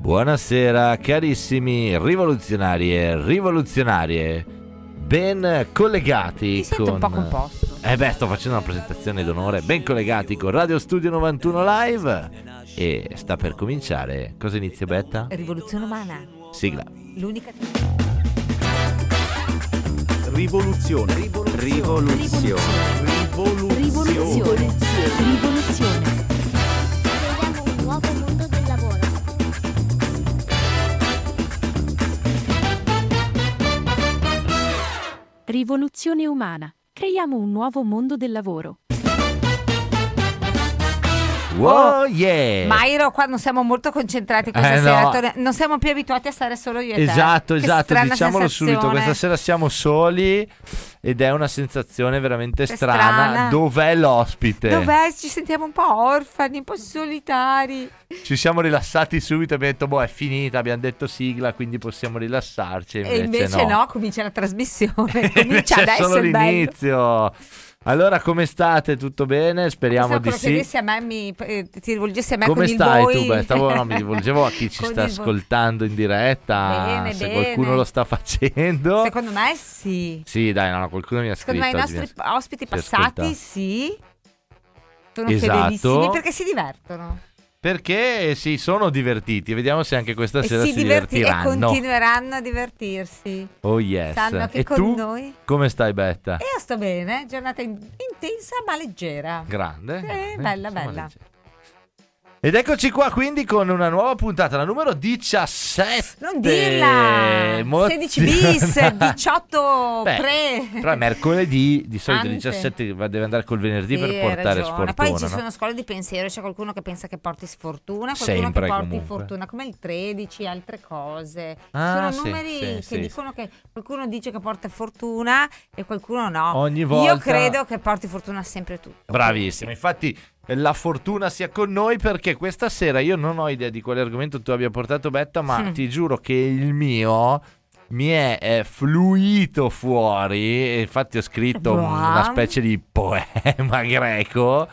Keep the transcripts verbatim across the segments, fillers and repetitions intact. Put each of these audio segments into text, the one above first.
Buonasera carissimi rivoluzionari e rivoluzionarie, ben collegati. Ti sento con... un po' composto. Eh beh, sto facendo una presentazione d'onore. Ben collegati con Radio Studio novantuno Live. E sta per cominciare. Cosa inizia, Betta? Rivoluzione umana. Sigla. L'unica Rivoluzione. Rivoluzione. Rivoluzione. Rivoluzione. Rivoluzione. Creiamo un nuovo mondo del lavoro. Rivoluzione umana. Creiamo un nuovo mondo del lavoro. Wow, yeah! Mairo, qua non siamo molto concentrati questa Eh, sera. no. Torna- Non siamo più abituati a stare solo io e te. Esatto, Che esatto, strana diciamolo sensazione. subito, questa sera siamo soli ed è una sensazione veramente Che strana. strana. Dov'è l'ospite? Dov'è? Ci sentiamo un po' orfani, un po' solitari. Ci siamo rilassati subito, abbiamo detto boh è finita, abbiamo detto sigla, quindi possiamo rilassarci. E invece no, no, comincia la trasmissione. Invece Comincia è adesso solo il bello. l'inizio. Allora, come state? Tutto bene? Speriamo Pensavo di che lo sì. chiedessi a me, mi, eh, ti rivolgessi a me Come con il stai voi. tu? Beh, stavo, no, mi rivolgevo a chi ci Con sta il vo- ascoltando in diretta. Bene, se bene. qualcuno lo sta facendo. Secondo me sì. Sì, dai, no, no, qualcuno mi ha scritto. Secondo me i oggi mi nostri ha- ospiti si è passati ascoltato. sì. Sono Esatto. fedelissimi perché si divertono. Perché si sono divertiti. Vediamo se anche questa E sera si si, diverti- e divertiranno. continueranno a divertirsi. Oh yes. Sanno che E con tu? noi. Come stai, Betta? E io sto bene, giornata in- intensa ma leggera. Grande. Eh, grande, bella, insomma, bella. leggera. Ed eccoci qua quindi con una nuova puntata, la numero diciassette. Non dirla! Emozio- sedici bis, diciotto Beh, pre. Però è mercoledì, di solito il Ante. diciassette va- deve andare col venerdì Sì, per hai portare ragione. sfortuna. Poi ci no? sono scuole di pensiero, c'è qualcuno che pensa che porti sfortuna, qualcuno Sempre, che porti comunque. fortuna, come il tredici, altre cose. Ah, sono sì, numeri sì, che sì, dicono che qualcuno dice che porta fortuna e qualcuno no. Ogni volta- Io credo che porti fortuna sempre tu. Bravissimo, infatti la fortuna sia con noi perché questa sera io non ho idea di quale argomento tu abbia portato, Betta, ma Mm. ti giuro che il mio mi è, è fluito fuori e infatti ho scritto Wow. una specie di poema greco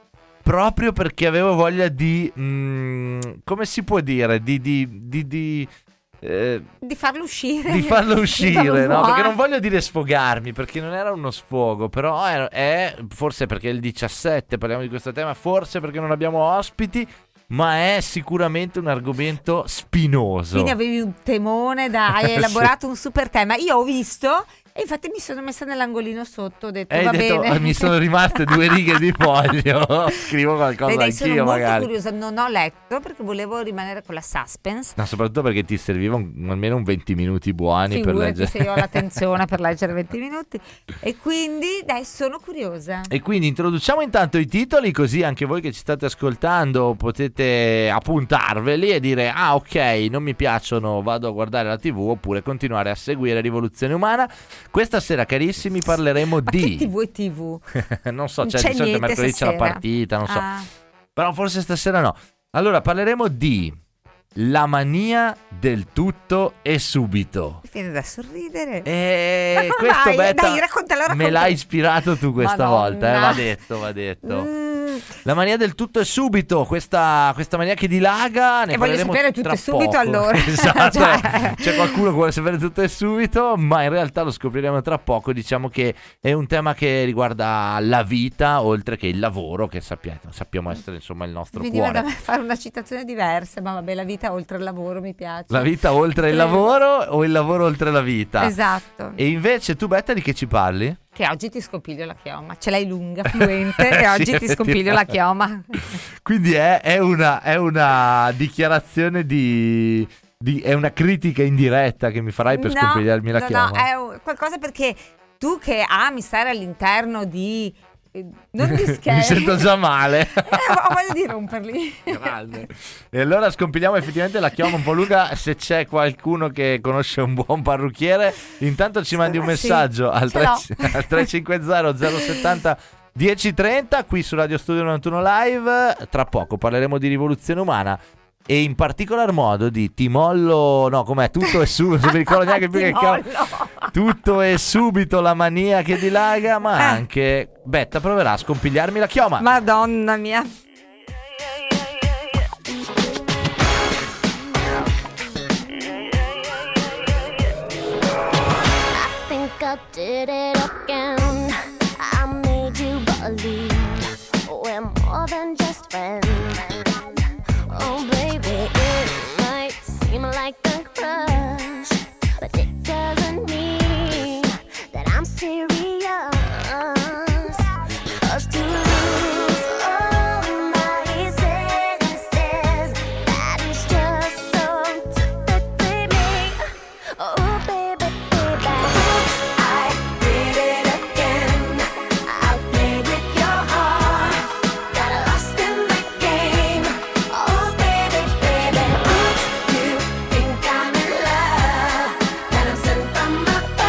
proprio perché avevo voglia di, mm, come si può dire, di... di, di, di eh, Di farlo uscire. di farlo uscire, farlo no? fuori. Perché non voglio dire sfogarmi, perché non era uno sfogo, però è, è forse perché è il diciassette, parliamo di questo tema, forse perché non abbiamo ospiti, ma è sicuramente un argomento spinoso. Quindi avevi un temone, da, hai Sì. elaborato un super tema. Io ho visto e infatti mi sono messa nell'angolino sotto, ho detto E hai va detto, bene. mi sono rimaste due righe di foglio, scrivo qualcosa Dai, dai, sono anch'io molto magari. curiosa, non ho letto perché volevo rimanere con la suspense. No, soprattutto perché ti serviva un- almeno un venti minuti buoni per Figurati leggere. se io ho l'attenzione per leggere venti minuti. E quindi, dai, sono curiosa. E quindi introduciamo intanto i titoli, così anche voi che ci state ascoltando potete appuntarveli e dire ah ok, non mi piacciono, vado a guardare la tivù, oppure continuare a seguire Rivoluzione Umana. Questa sera, carissimi, parleremo Ma di che tivù e tivù? non so, Non cioè c'è di solito niente mercoledì c'è la stasera. partita, non so, Ah, però forse stasera no. Allora parleremo di la mania del tutto e subito. mi viene da sorridere. E Ma come questo, vai? Betta, Dai, raccontalo, me raccontalo. l'hai ispirato tu questa Madonna. volta, eh? va detto, va detto. Mm, La mania del tutto e subito, questa, questa mania che dilaga, ne E voglio parleremo sapere tutto tra e subito, poco. allora. Esatto, Cioè. c'è qualcuno che vuole sapere tutto e subito, ma in realtà lo scopriremo tra poco. Diciamo che è un tema che riguarda la vita, oltre che il lavoro, che sappiamo, sappiamo essere insomma il nostro Veniva da cuore. me fare una citazione diversa, ma vabbè, la vita oltre il lavoro mi piace. La vita oltre il Sì. lavoro o il lavoro oltre la vita? Esatto. E invece tu, Betta, di che ci parli? Che oggi ti scopiglio la chioma. Ce l'hai lunga, fluente, e oggi Sì, ti scopiglio la chioma. Quindi è, è una, è una dichiarazione di, di- è una critica indiretta che mi farai per No, scopigliarmi la no, chioma. No, è un- qualcosa perché tu che ami stare all'interno di... eh, non di scherzi. Mi sento già male. Eh, ho voglia di romperli. Grande. E allora scompigliamo effettivamente la chioma un po' lunga. Se c'è qualcuno che conosce un buon parrucchiere, intanto ci mandi un Sì, messaggio al, ce tre, l'ho. al tre cinque zero zero settanta dieci trenta qui su Radio Studio novantuno Live. Tra poco parleremo di rivoluzione umana e in particolar modo di Ti mollo, no, com'è? Tutto è subito, non mi ricordo neanche più Ti che cavolo. mollo. Tutto è subito, la mania che dilaga, ma Eh. anche Betta proverà a scompigliarmi la chioma. Madonna mia. did it again. I made you believe we're more than just friends. Oh baby, it might seem like a crush, but it doesn't mean that I'm serious. 'Cause to lose all my senses, that is just so typically me. Oh baby, baby, oops, I did it again. I played with your heart, got lost in the game. Oh baby, baby, oops, you think I'm in love, that I'm sent from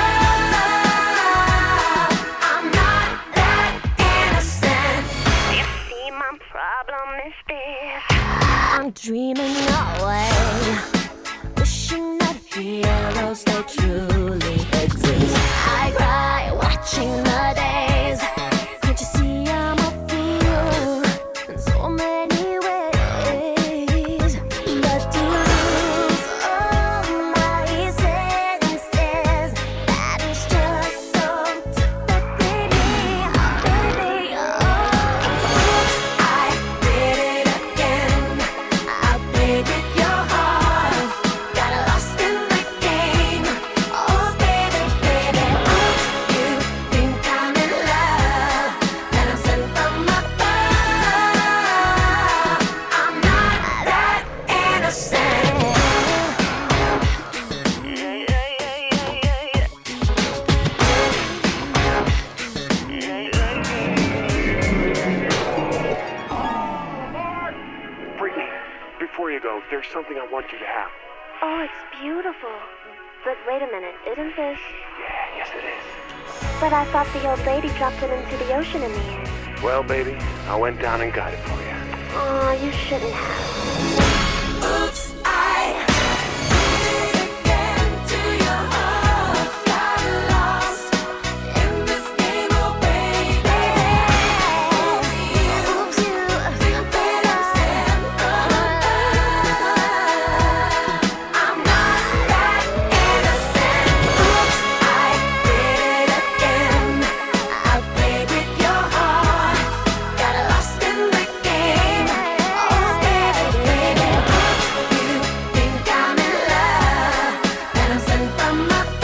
above. I'm not that innocent. You see, my problem is this: I'm dreaming away, wishing that heroes they truly exist. I cry watching the days. Can't you see I'm a fool in so many ways? But to lose all my senses, that is just so typically me. Oh, baby, oh, oops, I did it again. I played with your heart, got lost in the game. Oh baby, baby, oops, you think I'm in love, that I'm sent from above. I'm not that innocent. Brittany, before you go, there's something I want you to have. Oh, it's beautiful. But wait a minute, isn't this? Yeah, yes it is. But I thought the old lady dropped it into the ocean in the end. Well, baby, I went down and got it for you. Oh, you shouldn't have. Oops, I did it again to your heart. Got lost in this game, oh baby. Oops, you think that I'm sent from above. I'm not that innocent. Oops, I did it again. I played with your heart, got lost in the game. Oh baby, baby, oops, you think I'm in love, that I'm sent from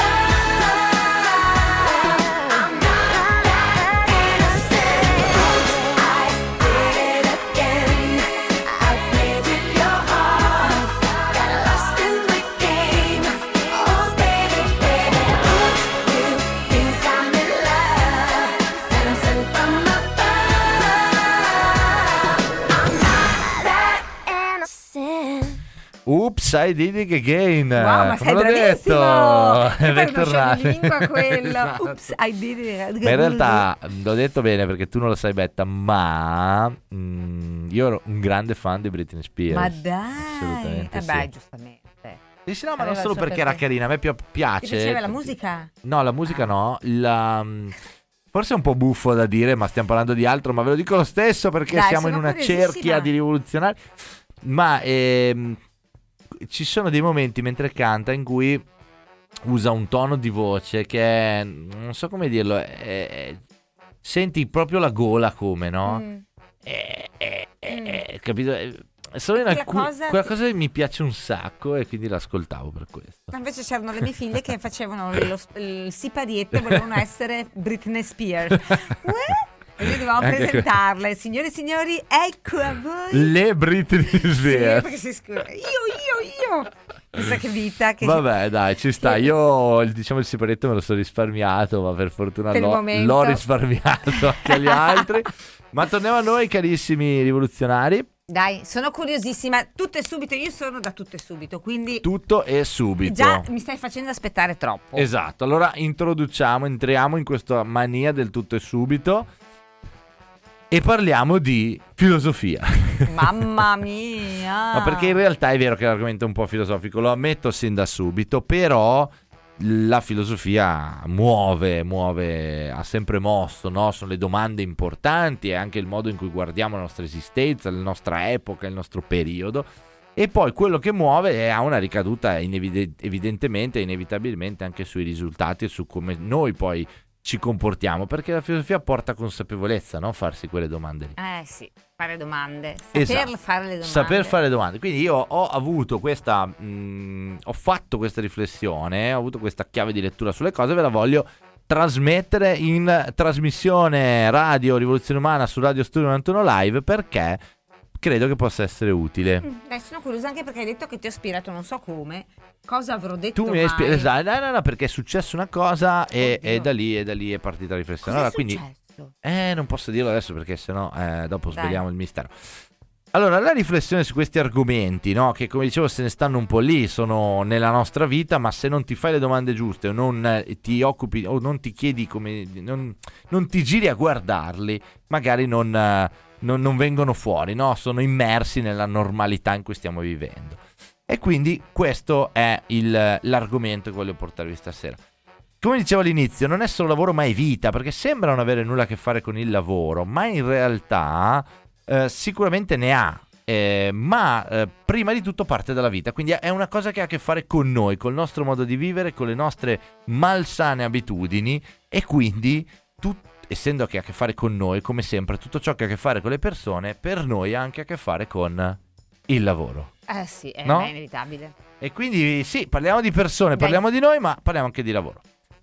above. I'm not that innocent. Oops, I did it again. I played with your heart, got lost in the game. Oh baby, baby, oops, you think I'm in love, that I'm sent from above. I'm not that innocent. Oops, I did it again. Wow, ma Come sei l'ho bravissimo! detto? Che È poi uno bentornato. scioglilingua quello. Esatto. Oops, I did it. Ma in realtà l'ho detto bene perché tu non lo sai, Betta, ma mm, io ero un grande fan di Britney Spears. Ma dai! Assolutamente Eh sì. beh, giustamente. Sì, sì, no, ma non Aveva solo il suo perché era perché. carina, a me pi- Ti piace. piaceva la musica? No, la musica no. La, mm, forse è un po' buffo da dire, ma stiamo parlando di altro, ma ve lo dico lo stesso perché Dai, siamo in sono una curiosissima. cerchia di rivoluzionari. Ma ehm, ci sono dei momenti mentre canta in cui usa un tono di voce che è, non so come dirlo, è- è- senti proprio la gola come, no? Mm. Eh, eh, eh, Mm. eh, capito? Eh, Solo in Quella alcuni, cosa quella che- cosa che mi piace un sacco e quindi l'ascoltavo per questo. Invece c'erano le mie figlie che facevano lo, il siparietto e volevano essere Britney Spears. Uè? E noi dovevamo Anche que- presentarle. Signore e signori, ecco a voi. Le Britney Sì, Spears. perché si scusa. Io, io, io. Chissà che vita. Che Vabbè, dai, ci sta. Sì. Io il- diciamo il siparetto me lo sono risparmiato, ma per fortuna Per il l'ho, momento. l'ho risparmiato anche agli altri. Ma torniamo a noi, carissimi rivoluzionari. Dai, sono curiosissima. Tutto e subito, io sono da tutto e subito, quindi Tutto e subito. già mi stai facendo aspettare troppo. Esatto, allora introduciamo, entriamo in questa mania del tutto e subito e parliamo di filosofia. Mamma mia. Ma perché in realtà è vero che l'argomento è un po' filosofico, lo ammetto sin da subito, però la filosofia muove, muove, ha sempre mosso, no? Sono le domande importanti e anche il modo in cui guardiamo la nostra esistenza, la nostra epoca, il nostro periodo. E poi quello che muove ha una ricaduta inevide- evidentemente, inevitabilmente anche sui risultati e su come noi poi ci comportiamo, perché la filosofia porta consapevolezza, no? Farsi quelle domande lì. Eh sì, fare domande. Saper Esatto. fare le domande. Saper fare domande. Quindi io ho avuto questa mh, ho fatto questa riflessione, ho avuto questa chiave di lettura sulle cose, ve la voglio trasmettere in trasmissione radio Rivoluzione Umana su Radio Studio novantuno Live, perché credo che possa essere utile. Mm, Dai, sono curiosa anche perché hai detto che ti ho ispirato, non so come. Cosa avrò detto Tu mi hai mai? spiegato, esatto, no, no, no, perché è successa una cosa e, Oddio. e da lì e da lì è partita la riflessione. Cos'è Allora, quindi successo? eh non posso dirlo adesso perché sennò eh, dopo Dai. sveliamo il mistero. Allora, la riflessione su questi argomenti, no, che come dicevo se ne stanno un po' lì, sono nella nostra vita, ma se non ti fai le domande giuste o non eh, ti occupi o non ti chiedi come non, non ti giri a guardarli, magari non, eh, non, non vengono fuori, no? Sono immersi nella normalità in cui stiamo vivendo. E quindi questo è il, l'argomento che voglio portarvi stasera. Come dicevo all'inizio, non è solo lavoro ma è vita, perché sembra non avere nulla a che fare con il lavoro, ma in realtà eh, sicuramente ne ha, eh, ma eh, prima di tutto parte dalla vita, quindi è una cosa che ha a che fare con noi, col nostro modo di vivere, con le nostre malsane abitudini, e quindi tut- essendo che ha a che fare con noi, come sempre, tutto ciò che ha a che fare con le persone, per noi ha anche a che fare con il lavoro. Eh sì, è, No? è inevitabile. E quindi sì, parliamo di persone, Dai. parliamo di noi, ma parliamo anche di lavoro.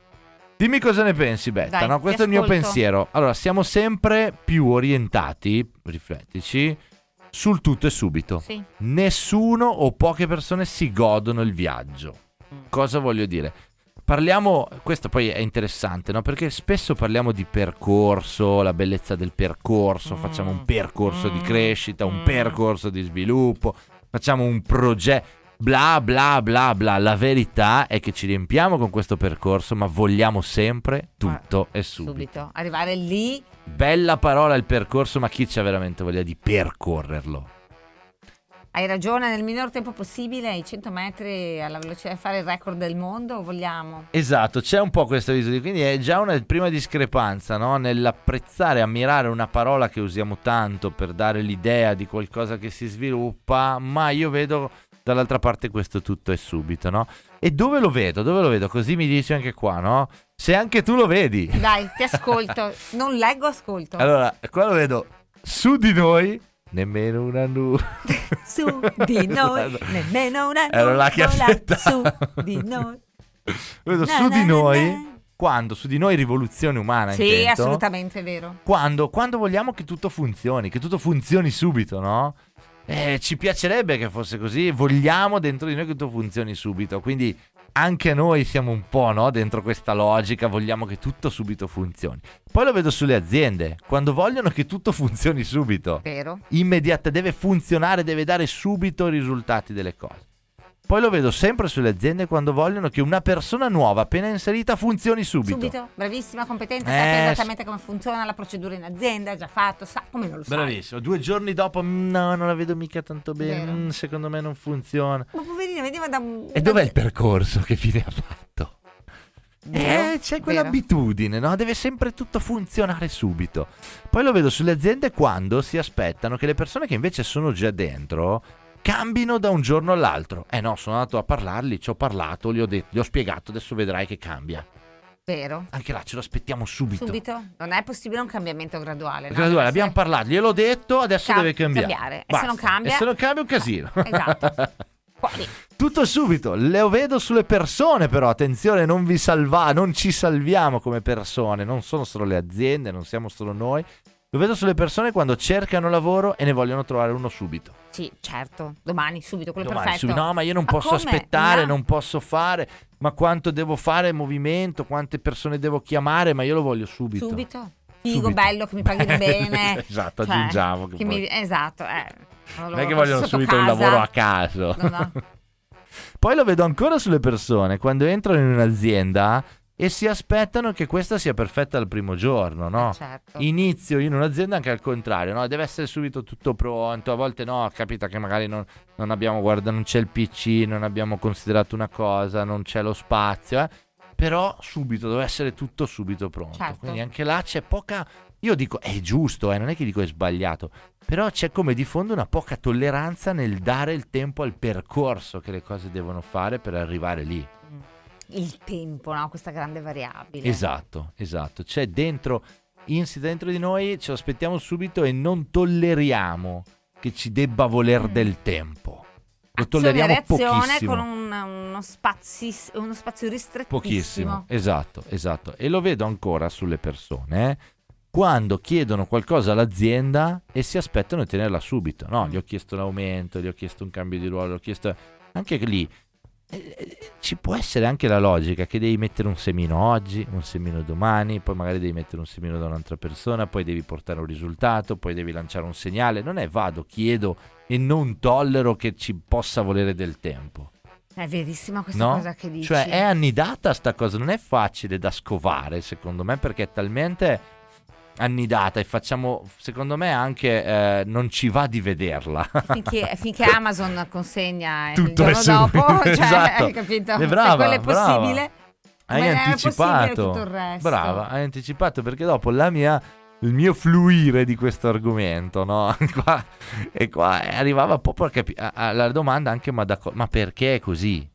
Dimmi cosa ne pensi, Betta, Dai, no? ti Questo è il mio ascolto. pensiero. Allora, siamo sempre più orientati, riflettici, sul tutto e subito. Sì. Nessuno o poche persone si godono il viaggio. Mm. Cosa voglio dire? Parliamo, questo poi è interessante, no? Perché spesso parliamo di percorso, la bellezza del percorso, Mm. facciamo un percorso di Mm. crescita, un Mm. percorso di sviluppo, facciamo un progetto, bla bla bla bla. La verità è che ci riempiamo con questo percorso, ma vogliamo sempre tutto e subito. Subito. Arrivare lì. Bella parola il percorso, ma chi c'ha veramente voglia di percorrerlo? Hai ragione, nel minor tempo possibile, ai cento metri alla velocità di fare il record del mondo, vogliamo? Esatto, c'è un po' questa visione, quindi è già una prima discrepanza, no? Nell'apprezzare, ammirare una parola che usiamo tanto per dare l'idea di qualcosa che si sviluppa, ma io vedo dall'altra parte questo tutto e subito, no? E dove lo vedo? Dove lo vedo? Così mi dici anche qua, no? Se anche tu lo vedi. Dai, ti ascolto. Non leggo, ascolto. Allora, qua lo vedo su di noi, nemmeno una nu. Su di noi, nemmeno una Ero là che nuvola aspettavo. su di noi. Vedo Na, su na, di na, noi, na. quando? Su di noi rivoluzione umana, Sì, intendo. assolutamente vero. Quando, quando vogliamo che tutto funzioni, che tutto funzioni subito, no? Eh, ci piacerebbe che fosse così, vogliamo dentro di noi che tutto funzioni subito, quindi anche noi siamo un po', no? Dentro questa logica, vogliamo che tutto subito funzioni. Poi lo vedo sulle aziende, quando vogliono che tutto funzioni subito, Vero. immediata, deve funzionare, deve dare subito i risultati delle cose. Poi lo vedo sempre sulle aziende quando vogliono che una persona nuova appena inserita funzioni subito. Subito, bravissima, competente, Eh, sa esattamente come funziona la procedura in azienda, ha già fatto, sa come non lo sa. Bravissimo, due giorni dopo, "Mm, no, non la vedo mica tanto bene, Vero. mm, secondo me non funziona. Ma poverina, veniva da un... E dov'è il percorso che fine ha fatto? Vero, Eh, c'è vero. quell'abitudine, no? Deve sempre tutto funzionare subito. Poi lo vedo sulle aziende quando si aspettano che le persone che invece sono già dentro cambino da un giorno all'altro. Eh no, sono andato a parlarli, ci ho parlato, gli ho detto, gli ho spiegato, adesso vedrai che cambia. Vero. Anche là ce lo aspettiamo subito. Subito? Non è possibile un cambiamento graduale. no? Graduale, Deve abbiamo essere- parlato, gliel'ho detto, adesso Cam- deve cambiare. cambiare. E se Basta. non cambia? E se non cambia è un casino. Esatto. Fuori. Tutto subito, le vedo sulle persone però, attenzione, non vi salva, non ci salviamo come persone, non sono solo le aziende, non siamo solo noi. Lo vedo sulle persone quando cercano lavoro e ne vogliono trovare uno subito. Sì, certo. Domani, subito, quello Domani, perfetto. subito. No, ma io non Ma posso come? aspettare, No. non posso fare, ma quanto devo fare movimento, quante persone devo chiamare, ma io lo voglio subito. Subito. Figo, Subito. bello, che mi paghi bene. Esatto, Cioè, aggiungiamo che che poi- mi- Esatto, eh. Non è che vogliono subito un lavoro a caso. No, no. Poi lo vedo ancora sulle persone quando entrano in un'azienda e si aspettano che questa sia perfetta al primo giorno, no? Eh, certo. Inizio in un'azienda anche al contrario, no? Deve essere subito tutto pronto. A volte no, capita che magari non, non abbiamo, guarda, non c'è il P C, non abbiamo considerato una cosa, non c'è lo spazio, eh? Però subito deve essere tutto subito pronto. Certo. Quindi anche là c'è poca io dico è giusto, eh, non è che dico è sbagliato, però c'è come di fondo una poca tolleranza nel dare il tempo al percorso che le cose devono fare per arrivare lì. Il tempo, no? Questa grande variabile. Esatto, esatto. C'è dentro, insita dentro di noi, ce lo aspettiamo subito e non tolleriamo che ci debba voler Mm. del tempo. Lo Azione e tolleriamo reazione pochissimo. con un- uno, spazio, uno spazio ristrettissimo. Pochissimo, esatto, esatto. E lo vedo ancora sulle persone, eh, quando chiedono qualcosa all'azienda e si aspettano di tenerla subito. No, Mm. gli ho chiesto l'aumento, gli ho chiesto un cambio di ruolo, gli ho chiesto... Anche lì eh, eh, ci può essere anche la logica che devi mettere un semino oggi, un semino domani, poi magari devi mettere un semino da un'altra persona, poi devi portare un risultato, poi devi lanciare un segnale. Non è vado, chiedo e non tollero che ci possa volere del tempo. È verissima questa No? cosa che dici. Cioè è annidata sta cosa, non è facile da scovare secondo me, perché è talmente annidata e facciamo, secondo me anche eh, non ci va di vederla. Finché, finché Amazon consegna il Tutto è giorno su- dopo, cioè, esatto. hai capito? È Se brava, quello è brava. possibile, Hai come è possibile anticipato, tutto il resto. brava, hai anticipato, perché dopo la mia il mio fluire di questo argomento, no? Qua, e qua arrivava proprio a capi- a- alla domanda anche ma, da co- ma perché è così?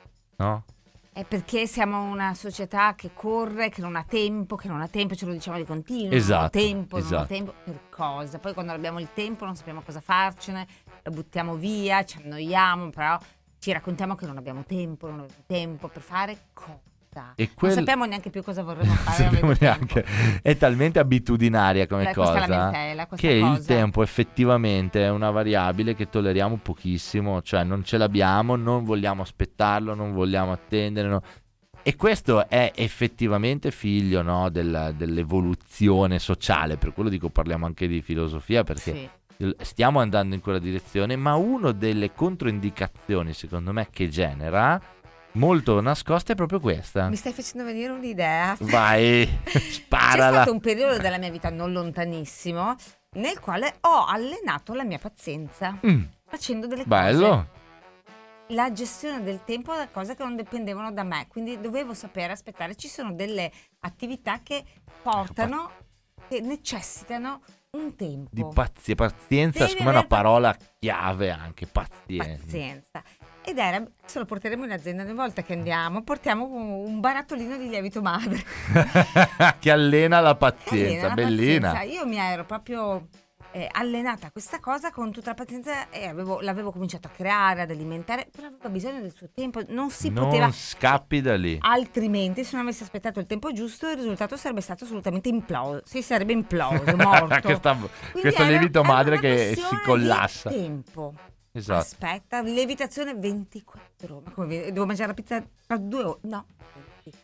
No? È perché siamo una società che corre, che non ha tempo, che non ha tempo, ce lo diciamo di continuo, Esatto, non ho tempo, non ho esatto. tempo, per cosa? Poi quando abbiamo il tempo non sappiamo cosa farcene, lo buttiamo via, ci annoiamo, però ci raccontiamo che non abbiamo tempo, non abbiamo tempo per fare cosa? E quel- Non sappiamo neanche più cosa vorremmo Non fare. sappiamo avendo neanche. tempo. È talmente abitudinaria come Beh, questa è la cosa lamentela, questa che il cosa. tempo effettivamente è una variabile che tolleriamo pochissimo, cioè non ce l'abbiamo, non vogliamo aspettarlo, non vogliamo attendere, no? E questo è effettivamente figlio, no, della- dell'evoluzione sociale, per quello dico parliamo anche di filosofia, perché Sì. stiamo andando in quella direzione, ma una delle controindicazioni secondo me che genera molto nascosta è proprio questa. Mi stai facendo venire un'idea. Vai, C'è sparala. stato un periodo della mia vita non lontanissimo nel quale ho allenato la mia pazienza Mm, facendo delle cose. bello. La gestione del tempo da cose che non dipendevano da me, quindi dovevo sapere aspettare. Ci sono delle attività che portano, che necessitano un tempo. Di pazi- pazienza, Devi secondo me è una aver paz- parola chiave anche, pazienza. Pazienza. Ed era, adesso lo porteremo in azienda ogni volta che andiamo, portiamo un barattolino di lievito madre. Che allena la Allena pazienza, la bellina. pazienza. Io mi ero proprio eh, allenata a questa cosa con tutta la pazienza e avevo- l'avevo cominciato a creare, ad alimentare, però aveva bisogno del suo tempo, non si Non poteva. scappi da lì. Altrimenti, se non avessi aspettato il tempo giusto, il risultato sarebbe stato assolutamente imploso. Si sarebbe imploso, morto. Questa- Quindi questo era- lievito era madre una che questione si di collassa. tempo. Esatto. Aspetta, lievitazione ventiquattro ore. Ma come vi- devo mangiare la pizza tra due ore? No. venti.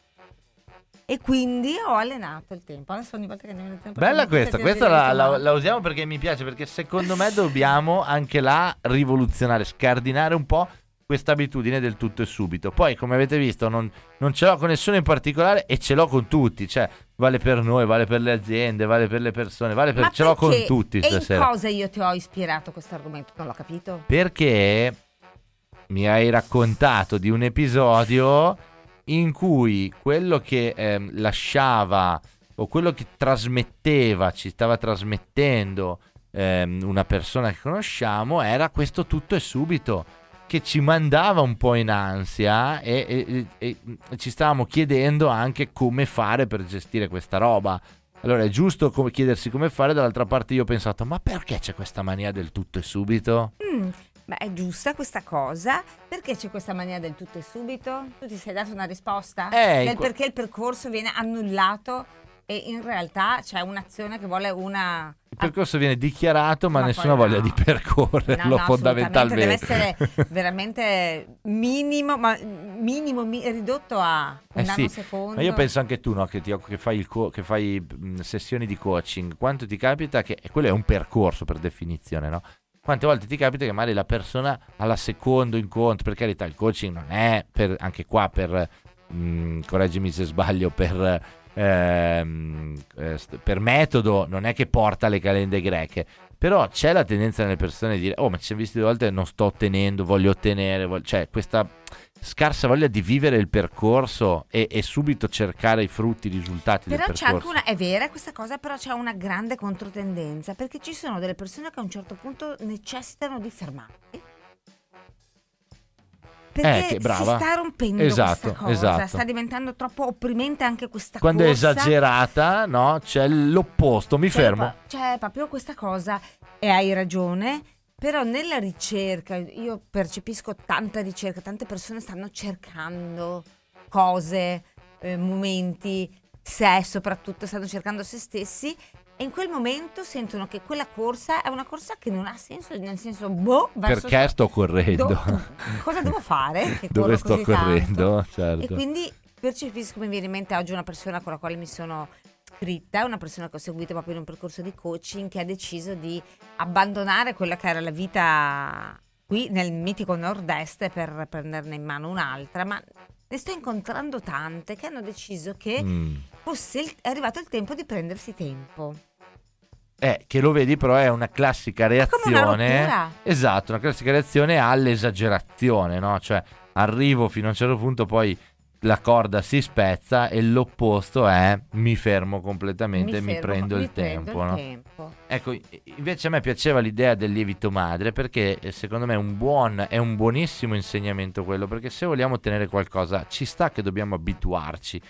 E quindi ho allenato il tempo. Adesso ogni volta che andiamo in tempo. Bella questa, questa la, la- la la usiamo perché mi piace, perché secondo me dobbiamo anche là rivoluzionare, scardinare un po' questa abitudine del tutto e subito. Poi, come avete visto, non, non ce l'ho con nessuno in particolare e ce l'ho con tutti, cioè vale per noi, vale per le aziende, vale per le persone, vale per... Ma ce l'ho con perché? tutti E in stasera. cosa io ti ho ispirato questo argomento? Non l'ho capito. Perché mi hai raccontato di un episodio in cui quello che ehm, lasciava o quello che trasmetteva, ci stava trasmettendo ehm, una persona che conosciamo era questo tutto e subito, che ci mandava un po' in ansia e, e- e- e ci stavamo chiedendo anche come fare per gestire questa roba. Allora è giusto come chiedersi come fare, dall'altra parte io ho pensato ma perché c'è questa mania del tutto e subito? Mm, beh, è giusta questa cosa. Perché c'è questa mania del tutto e subito? Tu ti sei dato una risposta? Eh, in Del que- perché il percorso viene annullato e in realtà c'è un'azione che vuole una... Il percorso viene dichiarato, ma, Ma nessuna poi voglia no. di percorrerlo, No, no, fondamentalmente. assolutamente, deve essere veramente minimo, ma minimo mi- ridotto a un Eh sì, nanosecondo. ma io penso anche tu, no, che, ti, che fai, il co- che fai mh, sessioni di coaching, quanto ti capita che, e quello è un percorso per definizione, no? Quante volte ti capita che magari la persona alla secondo incontro, per carità il coaching non è, per, anche qua per, mh, correggimi se sbaglio, per... ehm, eh, st- per metodo non è che porta le calende greche, però c'è la tendenza nelle persone di dire oh ma ci siamo visti due volte, non sto ottenendo, voglio ottenere, voglio-" cioè questa scarsa voglia di vivere il percorso e, e subito cercare i frutti, i risultati Però del c'è anche percorso. una, è vera questa cosa, però c'è una grande controtendenza, perché ci sono delle persone che a un certo punto necessitano di fermarsi. Perché Eh, che brava. si sta rompendo Esatto, questa cosa, esatto. sta diventando troppo opprimente anche questa Quando è corsa. esagerata, no? C'è l'opposto, mi C'è fermo. pa- C'è proprio questa cosa, e hai ragione, però nella ricerca, io percepisco tanta ricerca, tante persone stanno cercando cose, eh, momenti, sé soprattutto, stanno cercando se stessi, e in quel momento sentono che quella corsa è una corsa che non ha senso, nel senso, boh, verso Perché sto correndo? Do- cosa devo fare? Che Dove corro sto così tanto? correndo? Certo. E quindi percepisco, mi viene in mente oggi una persona con la quale mi sono scritta, una persona che ho seguito proprio in un percorso di coaching, che ha deciso di abbandonare quella che era la vita qui nel mitico nord-est per prenderne in mano un'altra, ma ne sto incontrando tante che hanno deciso che Mm. fosse il- è arrivato il tempo di prendersi tempo. Eh, che lo vedi però è una classica come una reazione. rottura. Esatto, una classica reazione all'esagerazione, no? Cioè arrivo fino a un certo punto, poi la corda si spezza e l'opposto è mi fermo completamente e mi fermo, prendo mi il prendo tempo, il no? tempo. Ecco, i- invece a me piaceva l'idea del lievito madre, perché eh, secondo me è un buon, è un buonissimo insegnamento quello, perché se vogliamo ottenere qualcosa ci sta che dobbiamo abituarci,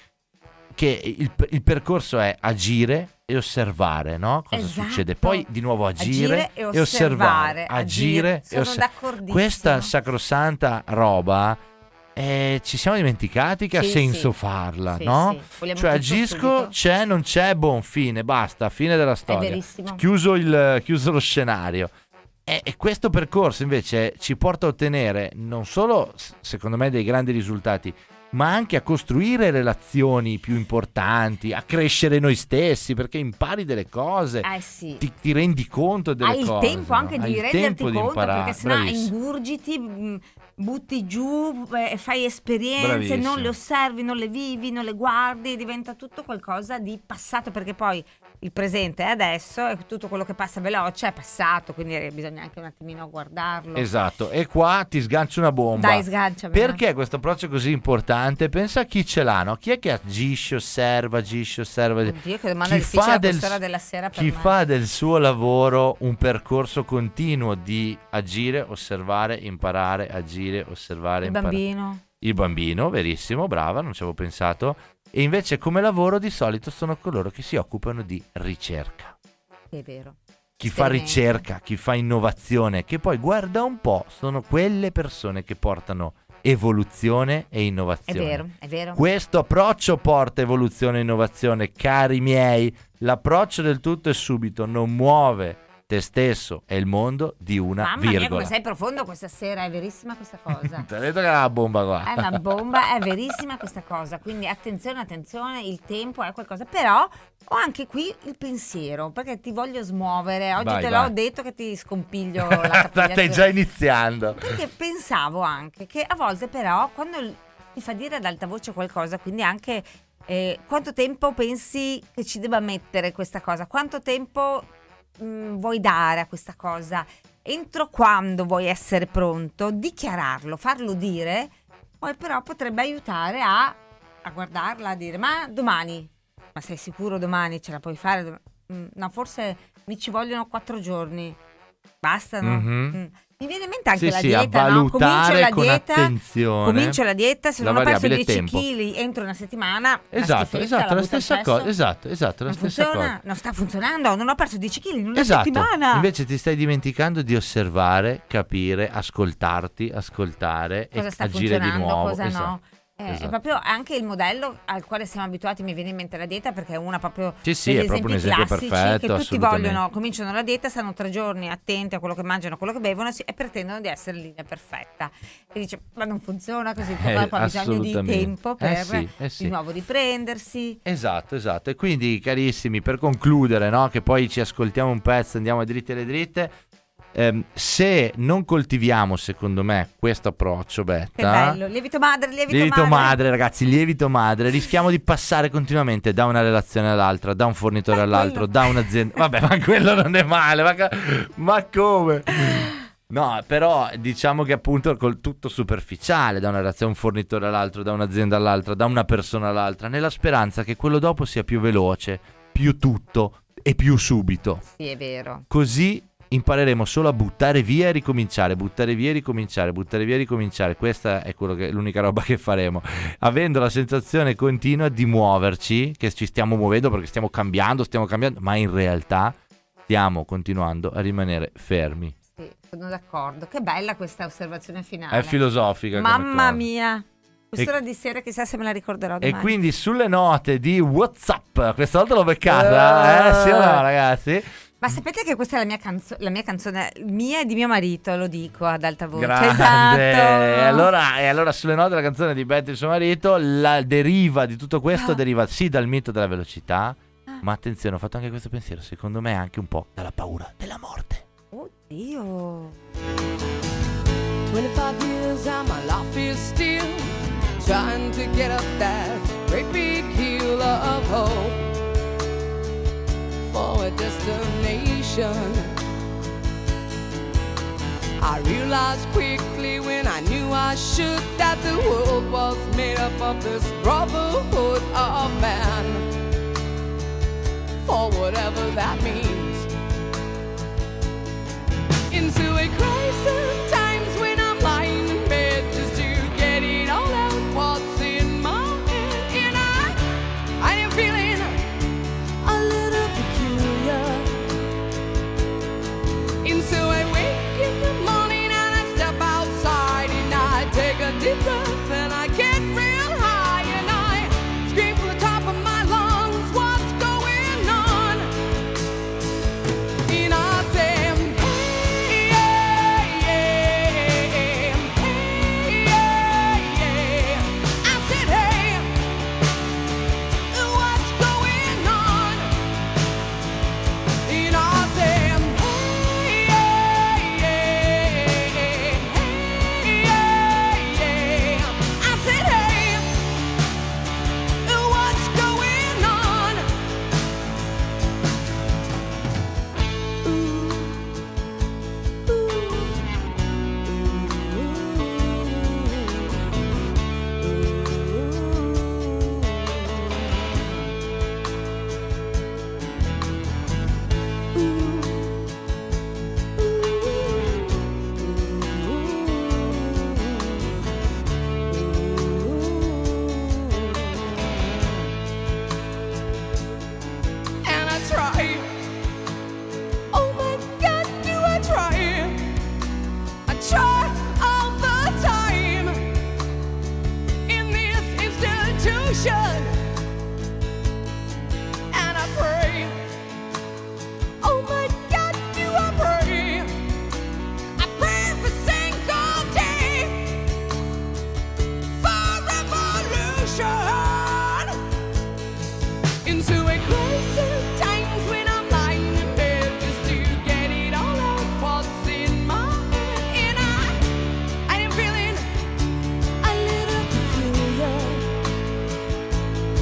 che il, il percorso è agire e osservare, no? Cosa Esatto. succede? Poi di nuovo agire, Agire e osservare, osservare, agire agire. e Sono osservare. d'accordissimo. Questa sacrosanta roba eh, ci siamo dimenticati che ha Sì, senso sì. farla, Sì, no? sì. Vogliamo Cioè tutto agisco, subito. c'è, non c'è, buon fine, basta, fine della storia. verissimo. Chiuso, il, chiuso lo scenario. E, e questo percorso invece ci porta a ottenere non solo, s- secondo me, dei grandi risultati, ma anche a costruire relazioni più importanti, a crescere noi stessi, perché impari delle cose, Eh sì. ti, ti rendi conto delle Hai il cose. tempo no? anche Hai di il renderti tempo di conto, imparare. perché sennò Bravissimo. ingurgiti, mh, butti giù, eh, fai esperienze, Bravissimo. non le osservi, non le vivi, non le guardi, diventa tutto qualcosa di passato, perché poi il presente è adesso e tutto quello che passa veloce è passato, quindi eh, bisogna anche un attimino guardarlo. Esatto, e qua ti sgancio una bomba. Dai, sganciami. Perché questo approccio è così importante? Pensa a chi ce l'ha, no? Chi è che agisce, osserva, agisce, osserva? Oddio, che domanda Chi difficile fa a del- quest'ora della sera per Chi me. fa del suo lavoro un percorso continuo di agire, osservare, imparare, agire, osservare, Il imparare. bambino. Il bambino, verissimo, brava, non ci avevo pensato. E invece come lavoro di solito sono coloro che si occupano di ricerca. È vero. Chi fa Esperimento. ricerca, chi fa innovazione, che poi guarda un po', sono quelle persone che portano evoluzione e È innovazione. vero, è vero. Questo approccio porta evoluzione e innovazione, cari miei. L'approccio del tutto è subito, non muove te stesso e il mondo di una Mamma mia, virgola. come sei profondo questa sera, è verissima questa cosa. Ti ho detto che era una bomba qua. È una bomba, è verissima questa cosa. Quindi attenzione, attenzione, il tempo è qualcosa. Però ho anche qui il pensiero, perché ti voglio smuovere. Oggi Vai, te vai. l'ho detto che ti scompiglio la capigliatura. State già iniziando. Perché pensavo anche che a volte però quando l- ti fa dire ad alta voce qualcosa, quindi anche eh, quanto tempo pensi che ci debba mettere questa cosa, quanto tempo mh, vuoi dare a questa cosa, entro quando vuoi essere pronto, dichiararlo, farlo dire, poi però potrebbe aiutare a, a guardarla, a dire ma domani, ma sei sicuro domani ce la puoi fare? Dom- mm, no, forse mi ci vogliono quattro giorni. Bastano? Mhm. Mm. Mi viene in mente anche Sì, la sì, dieta, a no? Comincio valutare la con dieta, attenzione comincio la dieta, se la non ho perso variabile dieci tempo. chili entro una settimana, una Esatto, schifezza, esatto, la la butto al stessa cesso. cosa, esatto, esatto, la Non stessa funziona, cosa. non sta funzionando, non ho perso dieci chili in una Esatto, settimana. invece ti stai dimenticando di osservare, capire, ascoltarti, ascoltare Cosa e sta agire di funzionando, nuovo. cosa Esatto. no. Eh, esatto. È proprio anche il modello al quale siamo abituati, mi viene in mente la dieta, perché è una proprio Sì, sì, degli è proprio un esempi esempio classici perfetto, che tutti assolutamente. vogliono, cominciano la dieta, stanno tre giorni attenti a quello che mangiano, a quello che bevono si- e pretendono di essere in linea perfetta. E dice ma non funziona così, il tuo Eh, corpo ha bisogno di assolutamente. tempo Eh per sì, eh sì. di nuovo riprendersi. Esatto, esatto. E quindi, carissimi, per concludere, no, che poi ci ascoltiamo un pezzo, andiamo a dritte le dritte. ehm, se non coltiviamo, secondo me, questo approccio, Che Betta, bello, lievito madre, lievito, lievito madre. madre. ragazzi, lievito madre, rischiamo di passare continuamente da una relazione all'altra, da un fornitore Ma all'altro, quello- da un'azienda. Vabbè, ma quello non è male, ma, ca- ma come? No, però diciamo che appunto col tutto superficiale, da una relazione, un fornitore all'altro, da un'azienda all'altra, da una persona all'altra, nella speranza che quello dopo sia più veloce, più tutto e più subito. Sì, è vero. Così impareremo solo a buttare via e ricominciare, buttare via e ricominciare, buttare via e ricominciare. Questa è quello che, l'unica roba che faremo, avendo la sensazione continua di muoverci, che ci stiamo muovendo perché stiamo cambiando, stiamo cambiando, ma in realtà stiamo continuando a rimanere fermi. Sì, sono d'accordo. Che bella questa osservazione finale. È filosofica come Mamma cosa. mia. Quest'ora E- di sera chissà se me la ricorderò E domani. quindi sulle note di WhatsApp, questa volta l'ho beccata, eh, sì o no ragazzi? Ma sapete che questa è la mia, canzo- la mia canzone, mia e di mio marito, lo dico ad alta voce. Grande. Esatto. E allora, e allora sulle note della canzone di Betty e suo marito, la deriva di tutto questo Ah. deriva sì dal mito della velocità, Ah. ma attenzione, ho fatto anche questo pensiero, secondo me anche un po' dalla paura della morte. Oddio. twenty-five years and my life is still trying to get up that great big hill of hope for a destination. I realized quickly when I knew I should that the world was made up of this brotherhood of man, for whatever that means. Into a crisis times when I'm lying in bed just to get it all out what's in my head, and I I am feeling a little peculiar. And so I wake in the morning and I step outside and I take a deep breath and I get real high and I scream from the top of my lungs, what's going on? And I say, hey, yeah, yeah, hey, yeah, yeah. I said, hey, what's going on? And I said, hey, yeah, yeah, hey, yeah, yeah. I said, hey, what's going on? And I try. Oh my God, do I try? I try all the time in this institution, and I pray. Oh my God, do I pray? I pray every single day for revolution. Into a crisis times when I'm lying in bed just to get it all out what's in my head, and I I am feeling a little peculiar.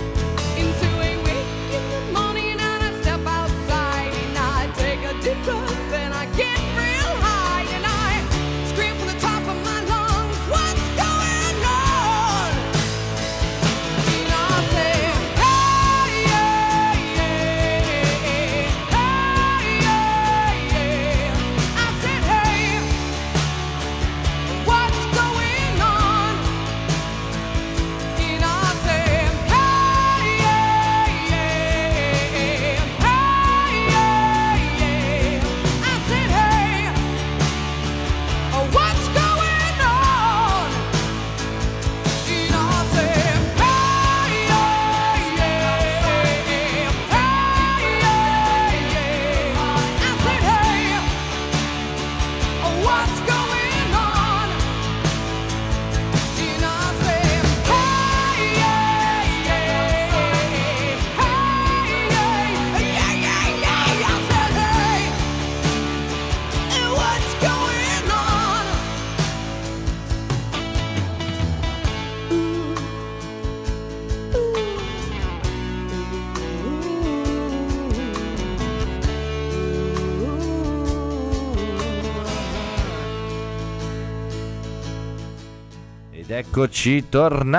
Ed eccoci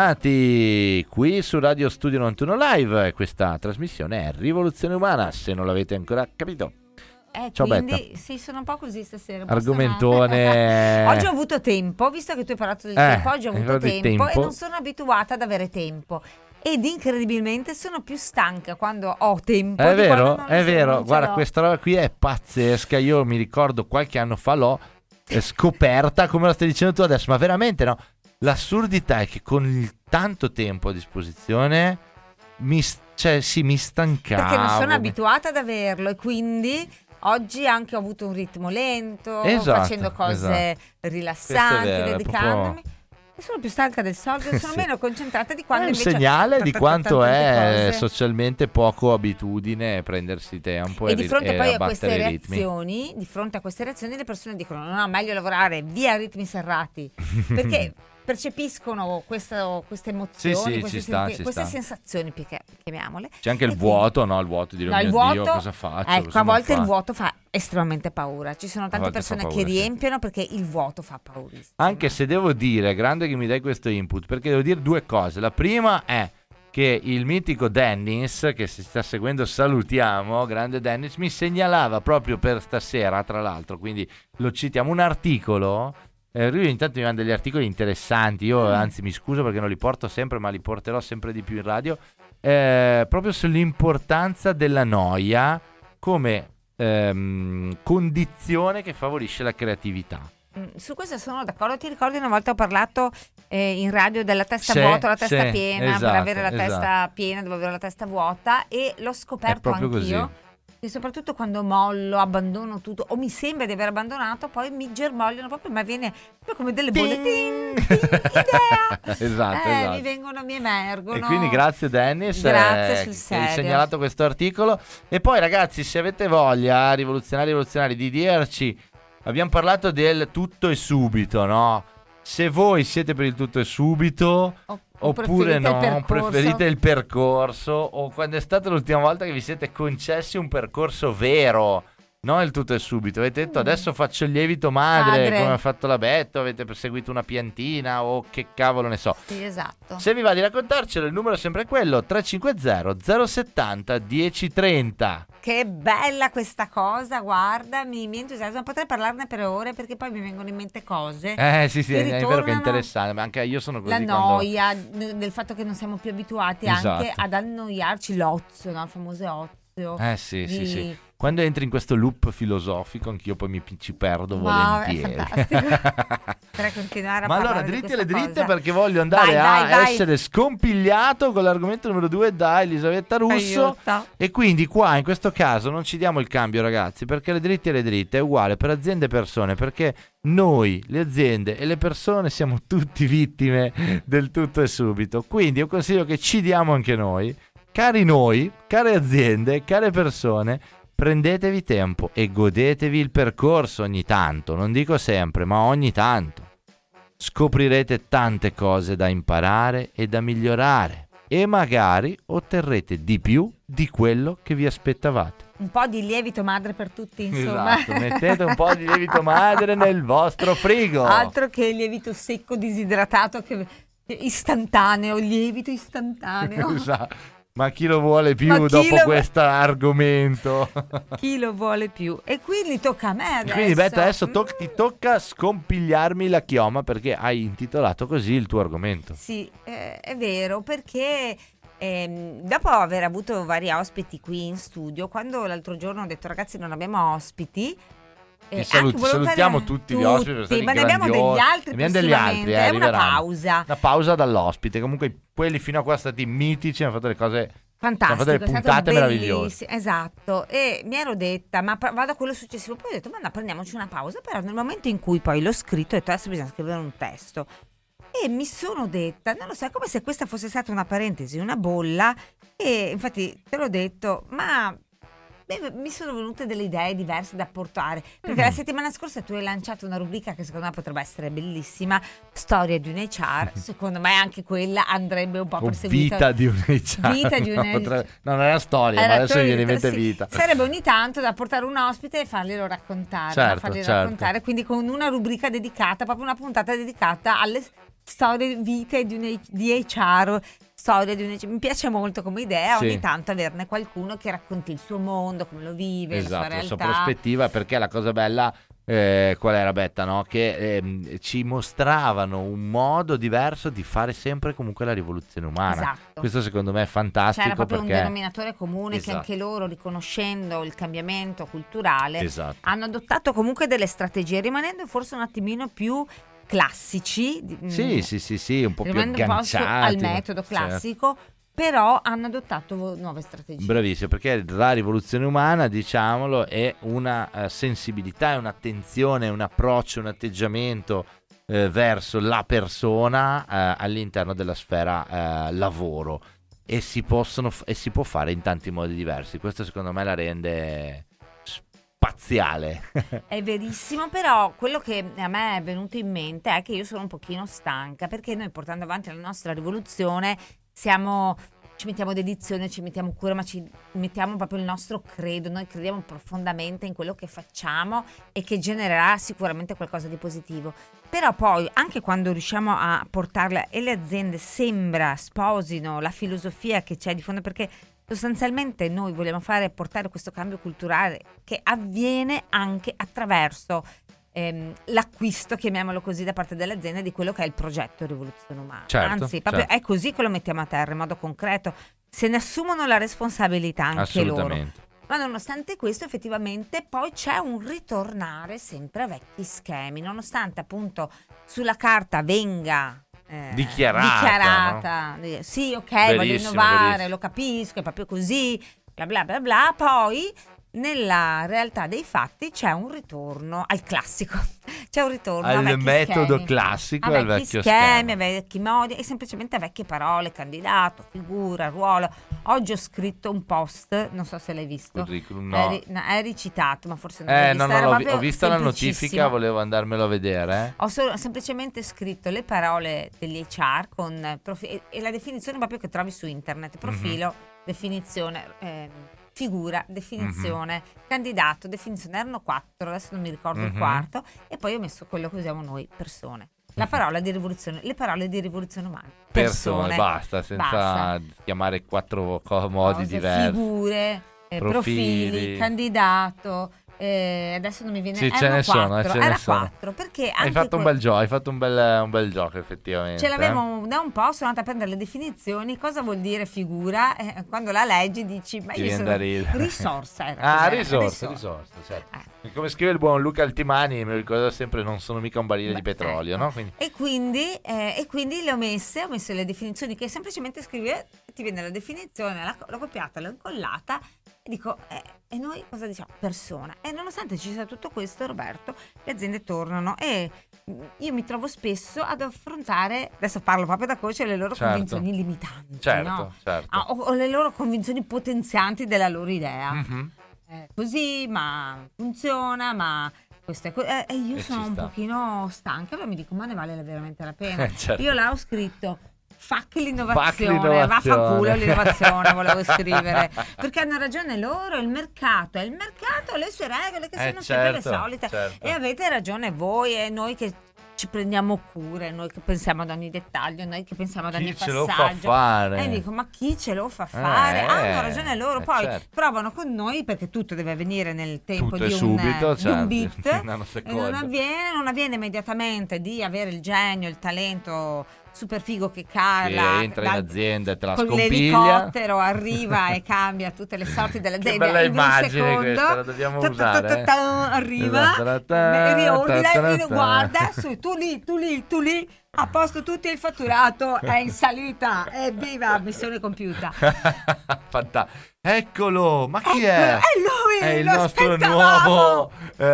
tornati qui su Radio Studio novantuno Live. Questa trasmissione è Rivoluzione Umana, se non l'avete ancora capito. Eh, Ciao quindi Betta. sì, sono un po' così stasera. un po' Argomentone. stonata. Oggi ho avuto tempo, visto che tu hai parlato del Eh, tempo, oggi ho hai avuto parlato di tempo, tempo. e non sono abituata ad avere tempo. Ed incredibilmente sono più stanca quando ho tempo. È di quando vero, non- è non vero. ce Guarda, l'ho. questa roba qui è pazzesca. Io mi ricordo qualche anno fa l'ho eh, scoperta, come lo stai dicendo tu adesso, ma veramente no. L'assurdità è che con il tanto tempo a disposizione mi, s- cioè, sì, mi stancavo. Perché non sono abituata ad averlo, e quindi oggi anche ho avuto un ritmo lento, Esatto, facendo cose esatto. rilassanti, Questo è vero, è dedicandomi. proprio- E sono più stanca del solito, sono Sì. meno concentrata di È quando un invece segnale di ho quanto tante è cose. socialmente poco abitudine prendersi tempo E e, di ri- fronte e poi a queste abbattere i ritmi. reazioni, di fronte a queste reazioni le persone dicono no, no, meglio lavorare via ritmi serrati, perché percepiscono questo- queste emozioni, Sì, sì, queste, ci sta, senti- ci queste sta. sensazioni, perché- chiamiamole. C'è anche E il quindi- vuoto, no? Il vuoto di dire, No, oh il mio vuoto, Dio, cosa faccio? ecco, Cosa a non volte il fa? vuoto fa estremamente paura. Ci sono tante volte fa persone paura, che sì. riempiono perché il vuoto fa paurissimo. Anche se devo dire, grande che mi dai questo input, perché devo dire due cose. La prima è che il mitico Dennis, che si sta seguendo, salutiamo, grande Dennis, mi segnalava proprio per stasera, tra l'altro, quindi lo citiamo, un articolo. Eh, lui intanto mi manda degli articoli interessanti, io Mm. anzi mi scuso perché non li porto sempre, ma li porterò sempre di più in radio, eh, proprio sull'importanza della noia come ehm, condizione che favorisce la creatività. Mm, Su questo sono d'accordo. Ti ricordi una volta ho parlato eh, in radio della testa Sì, vuota o la testa sì, piena? Per esatto, avere la testa esatto. piena devo avere la testa vuota, e l'ho scoperto proprio anch'io. così. E soprattutto quando mollo, abbandono tutto, o mi sembra di aver abbandonato, poi mi germogliano proprio, ma viene proprio come delle bolle. Ting, ting, idea! Esatto, Eh, esatto. mi vengono, mi emergono. E quindi grazie Dennis, Grazie, eh, sul che hai serio. segnalato questo articolo. E poi ragazzi, se avete voglia, rivoluzionari rivoluzionari, di dirci, abbiamo parlato del tutto e subito, no? Se voi siete per il tutto e subito, O- o oppure preferite il no, percorso. preferite il percorso, o quando è stata l'ultima volta che vi siete concessi un percorso vero, non il tutto e subito. Avete detto adesso faccio il lievito madre, Madre. come ha fatto la Betto, avete perseguito una piantina o che cavolo ne so. Sì, esatto. Se vi va di raccontarcelo, il numero è sempre quello: tre cinque zero zero settanta dieci trenta. Che bella questa cosa, guarda, mi, mi entusiasma. Potrei parlarne per ore perché poi mi vengono in mente cose. Eh sì sì, Che è, è vero che è ritornano. interessante, ma anche io sono così La quando... noia n- del fatto che non siamo più abituati anche Esatto. ad annoiarci, l'ozio, no? Il famoso ozio. Eh sì sì di- sì. Quando entri in questo loop filosofico, anch'io poi mi ci perdo Wow, è volentieri. fantastico. Potrei continuare a Ma allora, parlare di dritti alle questa dritte, cosa. perché voglio andare Vai, a vai, vai. essere scompigliato con l'argomento numero due da Elisabetta Russo. Aiuto. E quindi qua in questo caso non ci diamo il cambio, ragazzi, perché le dritte alle dritte è uguale per aziende e persone, perché noi, le aziende e le persone siamo tutti vittime del tutto e subito. Quindi io consiglio che ci diamo anche noi, cari noi, care aziende, care persone. Prendetevi tempo e godetevi il percorso ogni tanto, non dico sempre, ma ogni tanto. Scoprirete tante cose da imparare e da migliorare e magari otterrete di più di quello che vi aspettavate. Un po' di lievito madre per tutti, insomma. Esatto, mettete un po' di lievito madre nel vostro frigo. Altro che lievito secco, disidratato, che istantaneo, lievito istantaneo. Esatto. Ma chi lo vuole più Ma chi dopo lo- questo argomento? Chi lo vuole più? E quindi tocca a me adesso. Quindi Betta, adesso Mm. to- ti tocca scompigliarmi la chioma perché hai intitolato così il tuo argomento. Sì, eh, è vero, perché ehm, dopo aver avuto vari ospiti qui in studio, quando l'altro giorno ho detto ragazzi non abbiamo ospiti, Ti eh, salut- anche volontari- salutiamo tutti gli ospiti, sono stati ma ne abbiamo grandiosi. degli altri Ne abbiamo degli altri, prossimamente, eh, è una arriveranno. pausa. Una pausa dall'ospite. Comunque quelli fino a qua sono stati mitici, hanno fatto le cose... Fantastico, Hanno fatto delle è stato puntate meravigliose. bellissimo, esatto. E mi ero detta, ma pa- vado a quello successivo. Poi ho detto, ma no, prendiamoci una pausa. Però nel momento in cui poi l'ho scritto, ho detto, adesso bisogna scrivere un testo. E mi sono detta, non lo so, è come se questa fosse stata una parentesi, una bolla. E infatti te l'ho detto, ma beh, mi sono venute delle idee diverse da portare. Perché Mm. la settimana scorsa tu hai lanciato una rubrica che secondo me potrebbe essere bellissima, Storia di un H R. Secondo me anche quella andrebbe un po' O perseguita. vita di un H R. Vita di un No, H R. potrebbe- no, non era storia, ma Era adesso mi viene in vita, mente sì. vita. Sarebbe ogni tanto da portare un ospite e farglielo raccontare, Certo, no? farglielo certo. raccontare, quindi con una rubrica dedicata, proprio una puntata dedicata alle storie vite di, un, di H R, storia di un, mi piace molto come idea Sì. ogni tanto averne qualcuno che racconti il suo mondo, come lo vive, Esatto, la la sua sua realtà. prospettiva, perché la cosa bella, eh, qual era Betta, no? Che ehm, ci mostravano un modo diverso di fare sempre comunque la rivoluzione umana. Esatto. Questo secondo me è fantastico. C'era proprio perché... un denominatore comune che Esatto. anche loro, riconoscendo il cambiamento culturale, Esatto. hanno adottato comunque delle strategie, rimanendo forse un attimino più classici. di- Sì, mm, sì, sì, sì, un po' più rimanendo un po' su- agganciati. al metodo Certo. classico, però hanno adottato nuove strategie. Bravissimo, perché la rivoluzione umana, diciamolo, è una eh, sensibilità, è un'attenzione, un approccio, un atteggiamento eh, verso la persona eh, all'interno della sfera eh, lavoro, e si possono f- e si può fare in tanti modi diversi. Questo secondo me la rende spaziale. È verissimo, però quello che a me è venuto in mente è che io sono un pochino stanca, perché noi, portando avanti la nostra rivoluzione, siamo, ci mettiamo dedizione, ci mettiamo cura, ma ci mettiamo proprio il nostro credo. Noi crediamo profondamente in quello che facciamo e che genererà sicuramente qualcosa di positivo. Però poi, anche quando riusciamo a portarla e le aziende sembra sposino la filosofia che c'è di fondo, perché sostanzialmente noi vogliamo fare portare questo cambio culturale che avviene anche attraverso ehm, l'acquisto, chiamiamolo così, da parte delle aziende di quello che è il progetto Rivoluzione Umana. Certo, Anzi, proprio certo. è così che lo mettiamo a terra in modo concreto. Se ne assumono la responsabilità anche loro. Assolutamente. Ma nonostante questo, effettivamente poi c'è un ritornare sempre a vecchi schemi, nonostante appunto sulla carta venga eh, Dichiarata, dichiarata, eh, sì, ok, voglio Verissimo, innovare, verissimo. lo capisco, è proprio così, bla bla bla bla. Poi nella realtà dei fatti c'è un ritorno al classico, c'è un ritorno a Al vecchi metodo schemi, classico a e al vecchi vecchio schemi, schema. a vecchi modi e semplicemente a vecchie parole, candidato, figura, ruolo. Oggi ho scritto un post, non so se l'hai visto. Curriculum, no. Eri, no, eri citato, ma forse non Eh, l'hai no, visto. no, Era l'ho vi- proprio ho visto la notifica, semplicissimo. volevo andarmelo a vedere. eh. Ho solo- semplicemente scritto le parole degli H R con profi- e, e la definizione proprio che trovi su internet: profilo, Mhm. definizione, ehm, figura, definizione, Mhm. candidato, definizione. Erano quattro, adesso non mi ricordo il Mhm. quarto, e poi ho messo quello che usiamo noi, persone. La parola di rivoluzione, le parole di rivoluzione umana. Persone, basta, senza Basta. chiamare quattro co- modi Cose, diversi. figure, eh, Profili. profili, candidato. eh, adesso non mi viene. Sì, ce erano ne sono, quattro, ce ne era sono. quattro, perché Hai anche fatto un que- bel gioco, hai fatto un bel, un bel gioco effettivamente. ce l'avevo eh. un- da un po', sono andata a prendere le definizioni. Cosa vuol dire figura? Eh, quando la leggi dici, ma Ti io viene sono da ridere. risorsa. Era, Ah, cos'era? risorsa, risorsa, certo. Eh. Come scrive il buon Luca Altimani, mi ricordo sempre, non sono mica un barile di Beh, petrolio, ecco. no? Quindi, E quindi, eh, e quindi le ho messe, ho messo le definizioni che semplicemente scrivi, eh, ti viene la definizione, la- l'ho copiata, l'ho incollata e dico, eh, e noi cosa diciamo? Persona. E nonostante ci sia tutto questo, Roberto, le aziende tornano e mm, io mi trovo spesso ad affrontare, adesso parlo proprio da coach, le loro Certo. convinzioni limitanti, certo, no? certo. Ah, o, o le loro convinzioni potenzianti della loro idea. Mhm. Eh, così, ma funziona, ma questo è co- eh, e io E sono ci un sta. pochino stanca, però mi dico, ma ne vale veramente la pena? Eh, certo. Io là ho scritto fuck l'innovazione, Fuck l'innovazione. vaffanculo l'innovazione volevo scrivere, perché hanno ragione loro, il mercato, e il mercato ha le sue regole che Eh, sono sempre le certo, solite, certo. e avete ragione voi e noi che ci prendiamo cure, noi che pensiamo ad ogni dettaglio, noi che pensiamo ad Chi ogni ce lo fa passaggio. fare? E dico, ma chi ce lo fa fare? Eh, Hanno ragione loro, eh, poi certo. provano con noi perché tutto deve avvenire nel tempo Tutto di e un, subito, di certo, un beat in e nanosecondi. non avviene, non avviene immediatamente di avere il genio, il talento super figo che cala Che entra in dal- azienda e te la con scompiglia. l'elicottero arriva e cambia tutte le sorti dell'azienda. Che bella in un immagine secondo, questa, la dobbiamo ta- ta- ta- usare, ta- eh. arriva, Ta- ta- ta- e riordina ta- ta- e ta- guarda su, tu lì, tu lì, tu lì, a posto tutti, il fatturato è in salita, evviva, missione compiuta. Fantastico. Eccolo, ma chi Eccolo, è? è lui, È il lo nostro aspettavamo. nuovo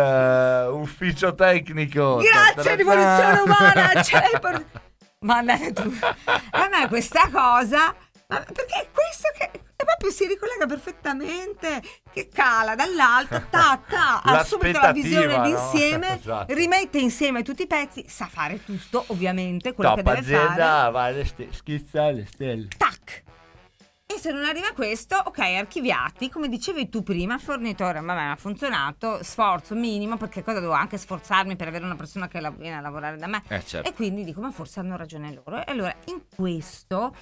eh, ufficio tecnico. Grazie Ta-ta-ta-ta. rivoluzione umana, ce l'hai portata. Ma andate tu. A me questa cosa, ma perché è questo che è proprio si ricollega perfettamente, che cala dall'alto, ta ta, ha subito la visione L'aspettativa, no? d'insieme, Esatto. rimette insieme tutti i pezzi, sa fare tutto, ovviamente, quello Top che deve azienda, fare. vai, le ste- schizza le stelle. Tac. E se non arriva questo, ok, archiviati, come dicevi tu prima, fornitore, vabbè, ha funzionato, sforzo minimo, perché cosa devo anche sforzarmi per avere una persona che la- viene a lavorare da me? Eh, certo. E quindi dico, ma forse hanno ragione loro. E allora, in questo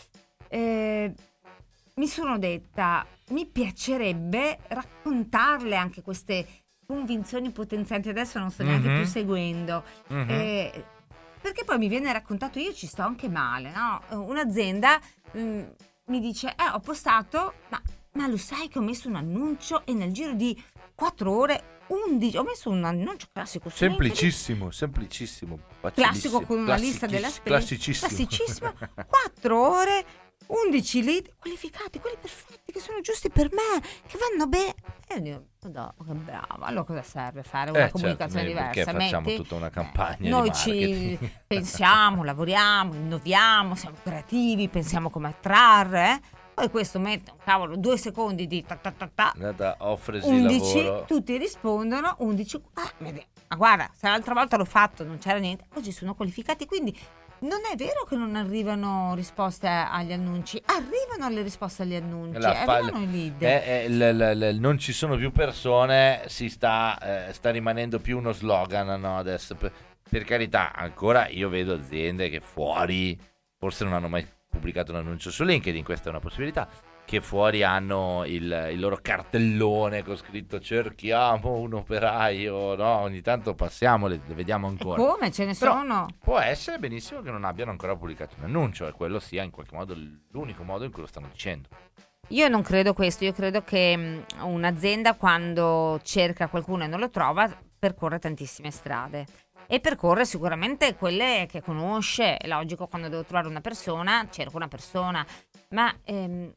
eh, mi sono detta, mi piacerebbe raccontarle anche queste convinzioni potenzianti. Adesso non sto neanche Mhm. più seguendo. Mhm. Eh, perché poi mi viene raccontato, io ci sto anche male, no? Un'azienda mm, mi dice, eh, ho postato, ma, ma lo sai che ho messo un annuncio e nel giro di quattro ore, undici, ho messo un annuncio classico su LinkedIn, Semplicissimo, semplicissimo. classico con una Classichis- lista della spesa, Classicissimo. classicissimo, quattro ore, undici lead qualificati, quelli perfetti, che sono giusti per me, che vanno bene. E io dico, "Madò, che brava, allora cosa serve fare una Eh, certo, comunicazione perché diversa? facciamo Metti- tutta una campagna di noi ci marketing. pensiamo, lavoriamo, innoviamo, siamo creativi, pensiamo come attrarre, eh? Poi questo mette un cavolo due secondi di ta ta ta ta, Andata, offresi undici, lavoro. tutti rispondono, undici, ah, vedi, ma guarda, se l'altra volta l'ho fatto non c'era niente, oggi sono qualificati, quindi non è vero che non arrivano risposte agli annunci, arrivano le risposte agli annunci, La fa- arrivano i lead. eh, eh, il- il- il- non ci sono più persone, si sta, eh, sta rimanendo più uno slogan, no, adesso per, per carità, ancora io vedo aziende che fuori forse non hanno mai pubblicato un annuncio su LinkedIn, questa è una possibilità, che fuori hanno il, il loro cartellone con scritto cerchiamo un operaio, no, ogni tanto passiamo, le, le vediamo E ancora. come ce ne Però sono? può essere benissimo che non abbiano ancora pubblicato un annuncio e quello sia in qualche modo l'unico modo in cui lo stanno dicendo. Io non credo questo, io credo che mh, un'azienda quando cerca qualcuno e non lo trova percorre tantissime strade e percorre sicuramente quelle che conosce. È logico, quando devo trovare una persona cerco una persona, ma ehm,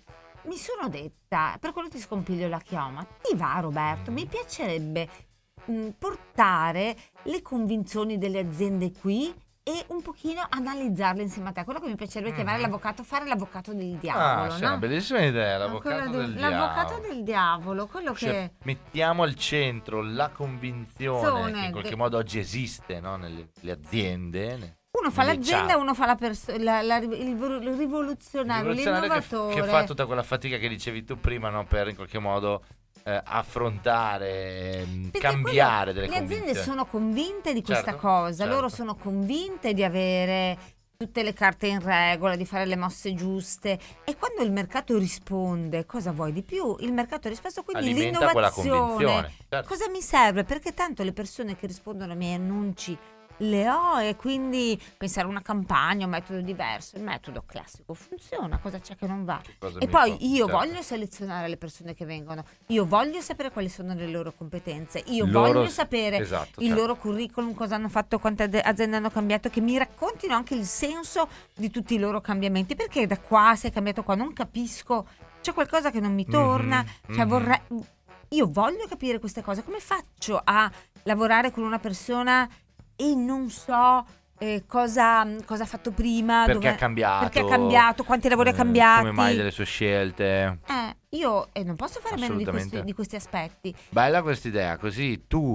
mi sono detta, per quello ti scompiglio la chioma, ti va Roberto, mi piacerebbe mh, portare le convinzioni delle aziende qui e un pochino analizzarle insieme a te. Quello che mi piacerebbe chiamare Mhm. l'avvocato, fare l'avvocato del diavolo, Ah, sì, è no? una bellissima idea, No, l'avvocato quello del del- diavolo. l'avvocato del diavolo, quello Cioè, che mettiamo al centro la convinzione Zone che in qualche de- modo oggi esiste, no, nelle le aziende. ne- uno fa nelle l'azienda e chat. uno fa la perso- la- la- il, il rivoluzionario, rivoluzionario che, l'innovatore. che fa tutta quella fatica che dicevi tu prima, no, per in qualche modo eh, affrontare, ehm, Perché cambiare quello- delle le aziende convinzioni. sono convinte di questa Certo, cosa, certo. loro sono convinte di avere tutte le carte in regola, di fare le mosse giuste, e quando il mercato risponde, cosa vuoi di più? Il mercato risponde, quindi Alimenta quella l'innovazione. convinzione. Certo. Cosa mi serve? Perché tanto le persone che rispondono ai miei annunci le ho, e quindi pensare a una campagna, un metodo diverso, il metodo classico funziona, cosa c'è che non va? Che cosa E mi poi fa- io certo. voglio selezionare le persone che vengono, io voglio sapere quali sono le loro competenze, io Loro voglio s- sapere esatto, il certo. loro curriculum, cosa hanno fatto, quante ade- aziende hanno cambiato, che mi raccontino anche il senso di tutti i loro cambiamenti, perché da qua si è cambiato qua, non capisco, c'è qualcosa che non mi torna, Mhm, cioè mhm. vorrei, io voglio capire queste cose, come faccio a lavorare con una persona e non so eh, cosa, cosa ha fatto prima, Perché dove- ha cambiato, perché ha cambiato, quanti lavori ha eh, cambiati. come mai delle sue scelte. Eh, io eh, non posso fare meno di questi, Assolutamente. di questi aspetti. Bella questa idea, così tu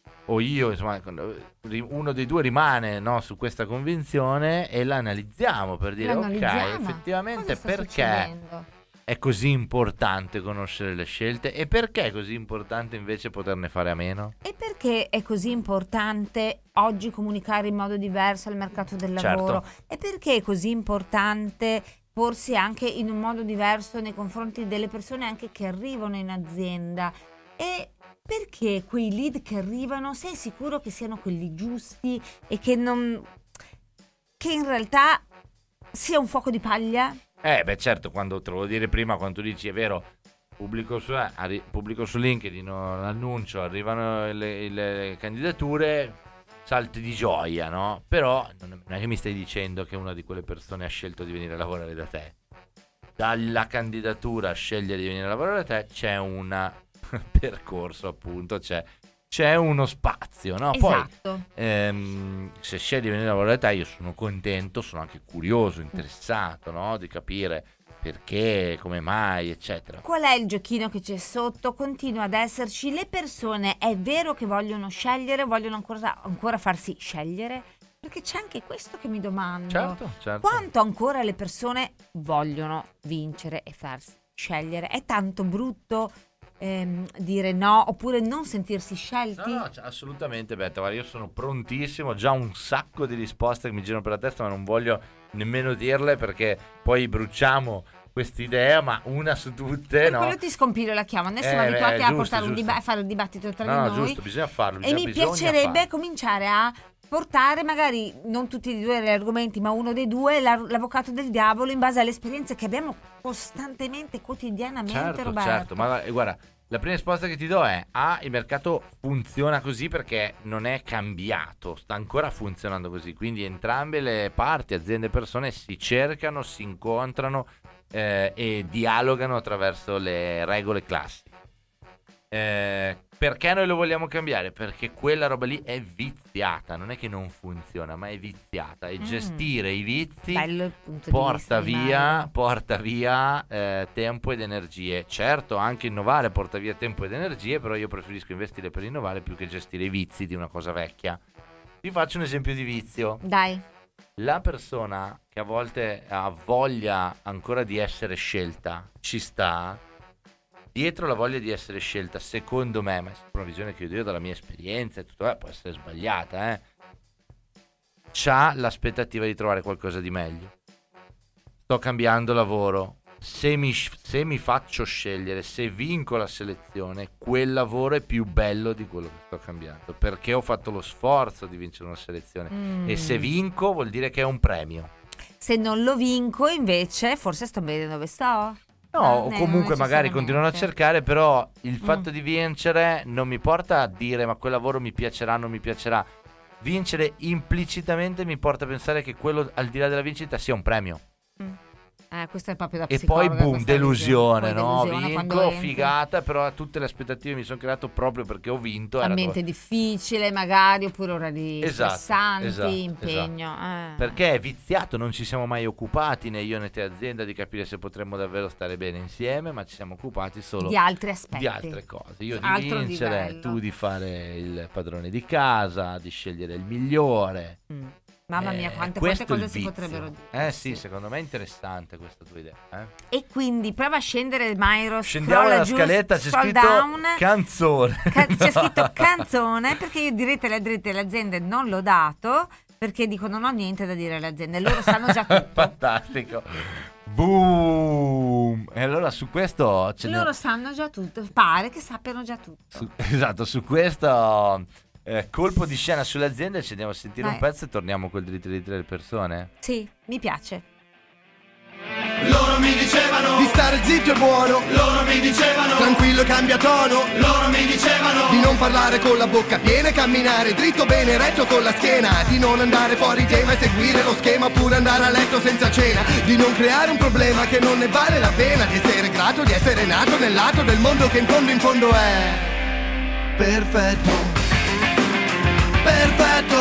o io, insomma, ri- uno dei due rimane, no, su questa convinzione e la analizziamo per dire Lo ok, analizziamo. effettivamente Cosa sta perché succedendo? è così importante conoscere le scelte e perché è così importante invece poterne fare a meno? E perché è così importante oggi comunicare in modo diverso al mercato del Certo. lavoro? E perché è così importante porsi anche in un modo diverso nei confronti delle persone anche che arrivano in azienda? E perché quei lead che arrivano, sei sicuro che siano quelli giusti e che non che in realtà sia un fuoco di paglia? Eh beh certo, quando te lo volevo dire prima, quando tu dici è vero, pubblico su, eh, arri- pubblico su LinkedIn o l'annuncio, arrivano le, le candidature, salti di gioia, no? Però non è che mi stai dicendo che una di quelle persone ha scelto di venire a lavorare da te. Dalla candidatura a scegliere di venire a lavorare da te c'è un percorso, appunto, c'è, c'è uno spazio, no? Poi Esatto. ehm, se scegli di venire a lavorare da te, io sono contento, sono anche curioso, interessato, no? Di capire perché, come mai, eccetera. Qual è il giochino che c'è sotto? Continua ad esserci. Le persone è vero che vogliono scegliere, vogliono ancora, ancora farsi scegliere, Perché c'è anche questo che mi domando. Certo, certo. Quanto ancora le persone vogliono vincere e farsi scegliere? È tanto brutto ehm, dire no oppure non sentirsi scelti? No, no, cioè, assolutamente, Betta, guarda, io sono prontissimo, ho già un sacco di risposte che mi girano per la testa, ma non voglio nemmeno dirle perché poi bruciamo quest'idea, ma una su tutte, Per no? quello ti scompilo la chiamo. Noi siamo Eh, abituati beh, a giusto, portare un giusto. diba- a fare un dibattito tra No, di no, noi. giusto, bisogna farlo, E bisogna- mi bisogna piacerebbe farlo. cominciare a portare magari non tutti e due gli argomenti, ma uno dei due, la- l'avvocato del diavolo, in base alle esperienze che abbiamo costantemente, quotidianamente, Certo, Roberto. certo, ma guarda, guarda, la prima risposta che ti do è A, il mercato funziona così perché non è cambiato, sta ancora funzionando così, quindi entrambe le parti, aziende e persone, si cercano, si incontrano eh, e dialogano attraverso le regole classiche. Eh, perché noi lo vogliamo cambiare? Perché quella roba lì è viziata, non è che non funziona, ma è viziata e Mm. gestire i vizi Bello il punto di porta vista di via, Mario. porta via eh, tempo ed energie. Certo, anche innovare porta via tempo ed energie, però io preferisco investire per innovare più che gestire i vizi di una cosa vecchia. Vi faccio un esempio di vizio. Dai. La persona che a volte ha voglia ancora di essere scelta, ci sta. Dietro la voglia di essere scelta, secondo me, ma è sempre una visione che io do dalla mia esperienza e tutto, eh, può essere sbagliata, eh. C'ha l'aspettativa di trovare qualcosa di meglio. Sto cambiando lavoro. Se mi, se mi faccio scegliere, se vinco la selezione, quel lavoro è più bello di quello che sto cambiando, perché ho fatto lo sforzo di vincere una selezione. Mm. E se vinco vuol dire che è un premio. Se non lo vinco, invece, forse sto bene dove sto. No, Ah, o eh, comunque non magari continuano a necessariamente. cercare, però il fatto Mm. di vincere non mi porta a dire ma quel lavoro mi piacerà, non mi piacerà. Vincere implicitamente mi porta a pensare che quello al di là della vincita sia un premio. Eh, questo è proprio da E psicologa, poi boom, questa delusione, visione. no? Poi delusione Vinco, quando entri. figata, però tutte le aspettative mi sono creato proprio perché ho vinto. era Ambiente dove- difficile magari, oppure orari Esatto, stressanti, esatto, impegno. eh. Perché è viziato, non ci siamo mai occupati né io né te azienda di capire se potremmo davvero stare bene insieme, ma ci siamo occupati solo Di altri aspetti. di altre cose. Io di Altro vincere, livello. tu di fare il padrone di casa, di scegliere il migliore. Mm. Mamma mia, Eh, quante, questo quante è il cose si vizio. potrebbero dire. Eh sì, secondo me è interessante questa tua idea. Eh? E quindi prova a scendere, Mairo. Scendiamo scrolla dalla giù, scaletta, c'è scroll scritto down. canzone. Ca- c'è scritto canzone, perché io direte alle dritte le aziende non l'ho dato, perché dico non ho niente da dire alle aziende, loro sanno già tutto. Fantastico. Boom. E allora su questo ce ne- Loro sanno già tutto, pare che sappiano già tutto. su- esatto, su questo eh, colpo di scena sulle aziende ci andiamo a sentire Dai. un pezzo e torniamo col diritto di delle persone. Sì, mi piace. Loro mi dicevano di stare zitto e buono. Loro mi dicevano tranquillo e cambia tono. Loro mi dicevano di non parlare con la bocca piena e camminare dritto bene retto con la schiena. Di non andare fuori tema e seguire lo schema, oppure andare a letto senza cena. Di non creare un problema che non ne vale la pena. Di essere grato di essere nato nel lato del mondo che in fondo in fondo è perfetto. Perfetto.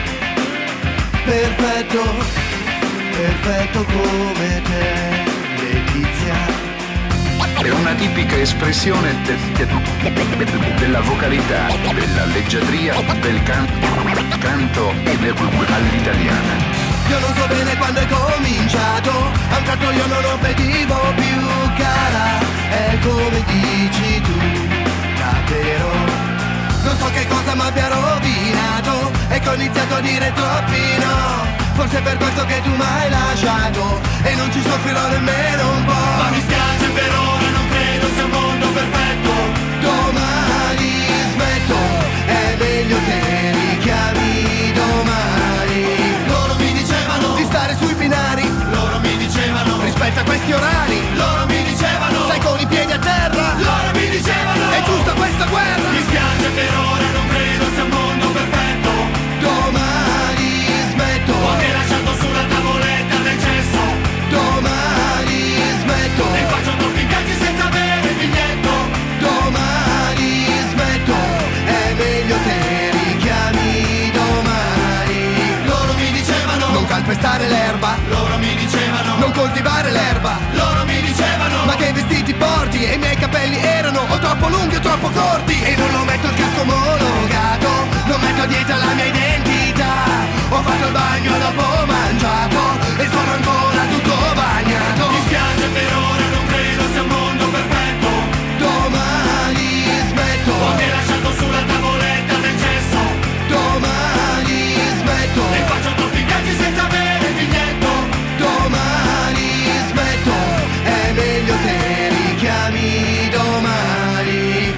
Perfetto. Perfetto come te, Letizia. È una tipica espressione de- de- della vocalità, della leggiadria, del can- canto all'italiana. Io non so bene quando è cominciato, a un tratto io non obbedivo più, cara, è come dici tu, davvero. Non so che cosa mi abbia rovinato, e che ho iniziato a dire troppi no. Forse è per questo che tu mi hai lasciato, e non ci soffrirò nemmeno un po'. Ma mi spiace per ora, non credo sia un mondo perfetto. Domani smetto, è meglio se richiami domani. Loro mi dicevano di stare sui binari. Loro mi dicevano rispetta questi orari. Loro mi dicevano stai con i piedi a terra. Loro mi dicevano è giusta questa guerra. Mi spiace per ora, non credo sia un mondo perfetto. Domani smetto, ho anche lasciato sulla tavoletta del cesso. Domani smetto, e faccio troppi incaggi senza avere il biglietto. Domani smetto, è meglio se richiami domani. Loro mi dicevano non calpestare l'erba. Loro mi dicevano non coltivare l'erba. Loro mi dicevano ma che vestiti porti, e i miei capelli erano o troppo lunghi o troppo corti. E non lo metto il casco omologato, non metto dietro la mia identità. Ho fatto il bagno dopo ho mangiato e sono ancora tutto bagnato. Mi spiace per ora, non credo sia un mondo perfetto. Domani smetto. Ho mi lasciato sulla tavoletta del cesso. Domani smetto. E faccio troppi viaggi senza avere il biglietto. Domani smetto. È meglio se richiami domani.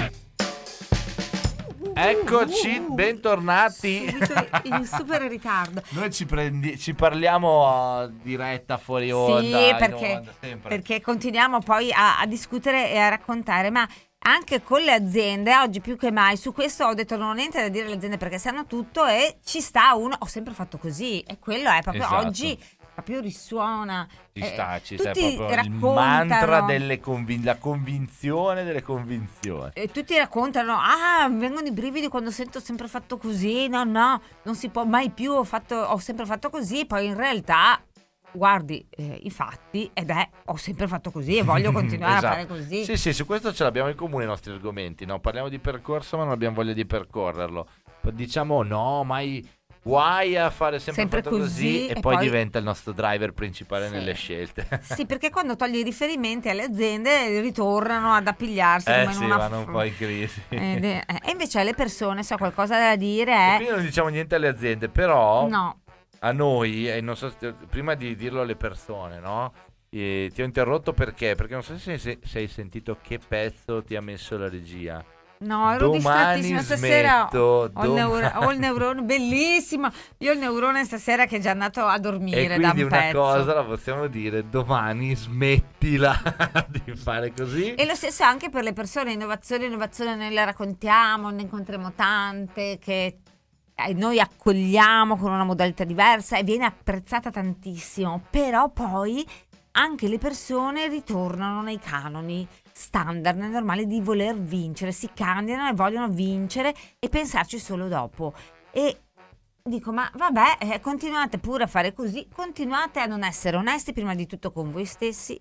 Eccoci, bentornati. Subito in super ritardo. Noi ci, prendi, ci parliamo uh, diretta fuori onda. Sì, in perché, onda, sempre. perché continuiamo poi a, a discutere e a raccontare, ma anche con le aziende, oggi più che mai, su questo ho detto non ho niente da dire alle aziende perché sanno tutto e ci sta uno, ho sempre fatto così e quello è proprio Esatto. oggi proprio risuona. Ci Eh, sta, ci sta tutti proprio il raccontano- mantra delle convin- la convinzione delle convinzioni. E tutti raccontano, ah, mi vengono i brividi quando sento ho sempre fatto così, no, no, non si può mai più, ho, fatto, ho sempre fatto così, poi in realtà guardi eh, i fatti ed è, ho sempre fatto così e voglio continuare Esatto. a fare così. Sì, sì, su questo ce l'abbiamo in comune i nostri argomenti, no? Parliamo di percorso ma non abbiamo voglia di percorrerlo. Diciamo no, mai guai a fare sempre, Sempre fatto così, così, e, e poi, poi- diventa il nostro driver principale Sì. nelle scelte. Sì, perché quando togli i riferimenti alle aziende ritornano ad appigliarsi Eh come sì, in una vanno un po' in crisi. Ed è- eh, e invece alle persone se ho qualcosa da dire E è quindi non diciamo niente alle aziende, però no. a noi, e non so se- prima di dirlo alle persone, no? Eh, ti ho interrotto perché? Perché non so se, se, se hai sentito che pezzo ti ha messo la regia. No, ero Domani distrattissima stasera. smetto, Ho il, domani- neuro- ho il neurone bellissimo. Io ho il neurone stasera che è già andato a dormire E da quindi un una pezzo. cosa la possiamo dire: domani smettila di fare così. E lo stesso anche per le persone, innovazione, innovazione noi la raccontiamo, ne incontriamo tante che eh, noi accogliamo con una modalità diversa e viene apprezzata tantissimo, però poi anche le persone ritornano nei canoni standard, nel normale di voler vincere, si candidano e vogliono vincere e pensarci solo dopo. E dico, ma vabbè, eh, continuate pure a fare così, continuate a non essere onesti prima di tutto con voi stessi.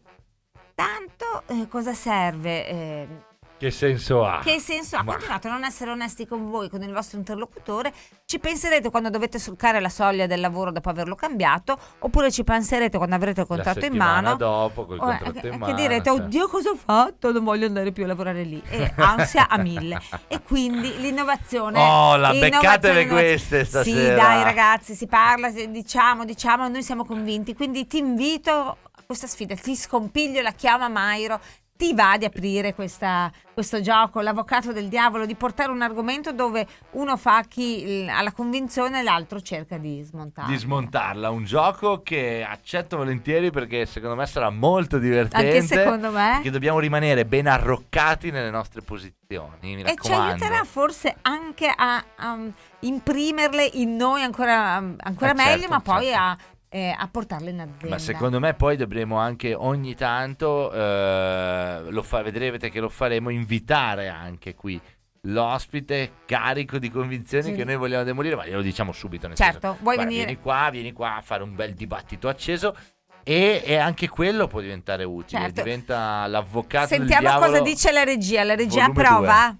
Tanto eh, cosa serve? Eh, Che senso ha? che senso ha? Ma- Continuate a non essere onesti con voi, con il vostro interlocutore. Ci penserete quando dovete solcare la soglia del lavoro dopo averlo cambiato, oppure ci penserete quando avrete il La contratto in settimana mano. dopo col Oh, eh, contratto che, in che mano, direte, cioè. oddio cosa ho fatto, non voglio andare più a lavorare lì. E ansia a mille. E quindi l'innovazione. Oh, la innovazione, beccatevi innovazione. queste Sì, stasera. dai ragazzi, si parla, si- diciamo, diciamo, noi siamo convinti. Quindi ti invito a questa sfida, ti scompiglio la chiama Mairo. Ti va di aprire questa, questo gioco, l'avvocato del diavolo, di portare un argomento dove uno fa chi ha la convinzione e l'altro cerca di smontarlo. Di smontarla, un gioco che accetto volentieri perché secondo me sarà molto divertente. Anche secondo me. Che dobbiamo rimanere ben arroccati nelle nostre posizioni, mi E ci raccomando. aiuterà forse anche a, a imprimerle in noi ancora, ancora Eh, meglio, certo, ma poi certo. a, eh, a portarle in azienda. Ma secondo me poi dovremo anche ogni tanto, eh, lo fa- vedrete che lo faremo, invitare anche qui l'ospite carico di convinzioni Sì. che noi vogliamo demolire, ma glielo diciamo subito. Nel Certo, senso, vuoi guarda, venire? Vieni qua, vieni qua a fare un bel dibattito acceso. E, e anche quello può diventare utile, Certo. diventa l'avvocato Sentiamo del diavolo. cosa dice la regia. La regia volume approva?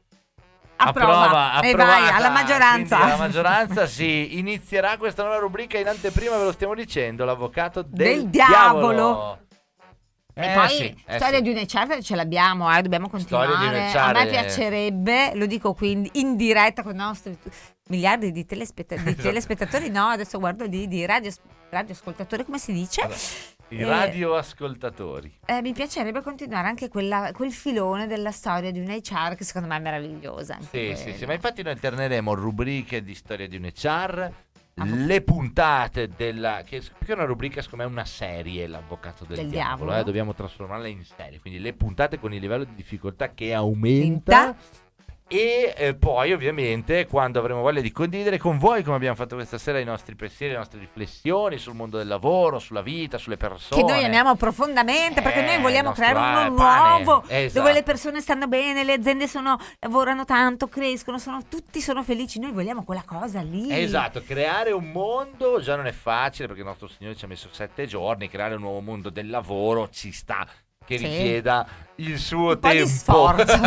Approva, E vai, approvata. alla maggioranza. Quindi alla maggioranza si inizierà questa nuova rubrica. In anteprima ve lo stiamo dicendo, l'avvocato del, Del diavolo. Eh, E poi sì, eh storia sì. di un H R ce l'abbiamo, eh, dobbiamo continuare. Storia di un H R. A me piacerebbe, lo dico quindi in diretta con i nostri miliardi di, telespetta- di Esatto. telespettatori, no, adesso guardo lì, di radio, radioascoltatori, come si dice? I Eh, radioascoltatori. Eh, mi piacerebbe continuare anche quella- quel filone della storia di un H R che secondo me è meravigliosa. anche Sì, sì, quello. sì, ma infatti noi alterneremo rubriche di storia di un H R, Ah, le puntate della che più che una rubrica, secondo me è una serie, l'avvocato del, Del diavolo, diavolo. eh, dobbiamo trasformarla in serie, quindi le puntate con il livello di difficoltà che aumenta. Aumenta. E eh, poi ovviamente quando avremo voglia di condividere con voi, come abbiamo fatto questa sera, i nostri pensieri, le nostre riflessioni sul mondo del lavoro, sulla vita, sulle persone. Che noi amiamo profondamente, perché Eh, noi vogliamo il nostro creare uno pane, nuovo esatto. dove le persone stanno bene, le aziende sono, lavorano tanto, crescono, sono, tutti sono felici. Noi vogliamo quella cosa lì. Esatto, creare un mondo già non è facile perché il nostro Signore ci ha messo sette giorni, creare un nuovo mondo del lavoro ci sta che Sì. richieda il suo Un po' di tempo. sforzo.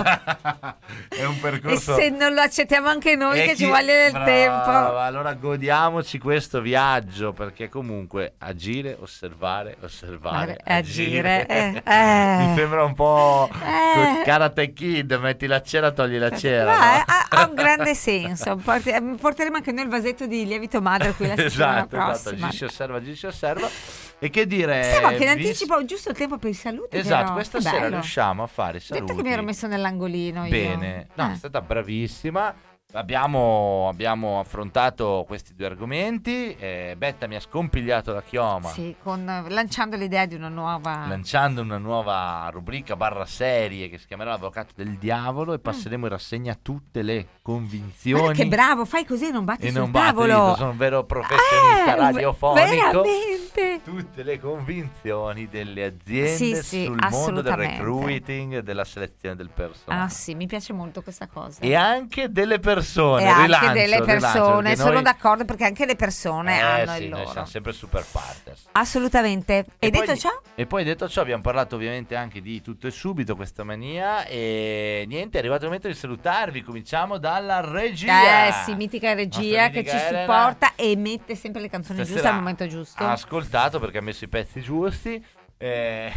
È un E percorso. se non lo accettiamo anche noi E che chi- ci vuole del Brava, tempo. allora godiamoci questo viaggio, perché comunque agire, osservare, osservare, Fare, agire, eh, eh. Mi sembra un po' Eh. Karate Kid, metti la cera, togli la cera. Ma, no? eh, ha, ha un grande senso. Porti- eh, porteremo anche noi il vasetto di lievito madre qui la settimana Esatto, esatto, prossima. agisci, osserva, agisci, osserva. E che dire? Siamo anche in vis- anticipo, giusto il tempo per i saluti. Esatto, però. questa Che sera bello. riusciamo a fare i saluti. Detto che mi ero messo nell'angolino io. Bene, no, Eh. è stata bravissima. Abbiamo, abbiamo affrontato questi due argomenti. eh, Betta mi ha scompigliato la chioma, Sì, con, lanciando l'idea di una nuova... lanciando una nuova rubrica barra serie che si chiamerà L'Avvocato del Diavolo, e passeremo in rassegna tutte le convinzioni. Guarda che bravo, fai così e non batti E sul non batto tavolo. dito, sono un vero professionista Eh, radiofonico. veramente. Tutte le convinzioni delle aziende Sì, sì, sul mondo del assolutamente. recruiting e della selezione del personale. Ah sì, mi piace molto questa cosa. E anche delle persone. E anche rilancio, delle rilancio, persone, perché sono noi- d'accordo perché anche le persone Eh hanno sì, il noi loro. siamo sempre super partners. Assolutamente. E, E detto poi- ciò? E poi detto ciò abbiamo parlato ovviamente anche di tutto e subito, questa mania, e niente, è arrivato il momento di salutarvi. Cominciamo dalla regia. Eh sì, mitica regia Nostra che mitica ci Elena. supporta e mette sempre le canzoni giuste Stasera al momento giusto. Ha ascoltato perché ha messo i pezzi giusti. eh,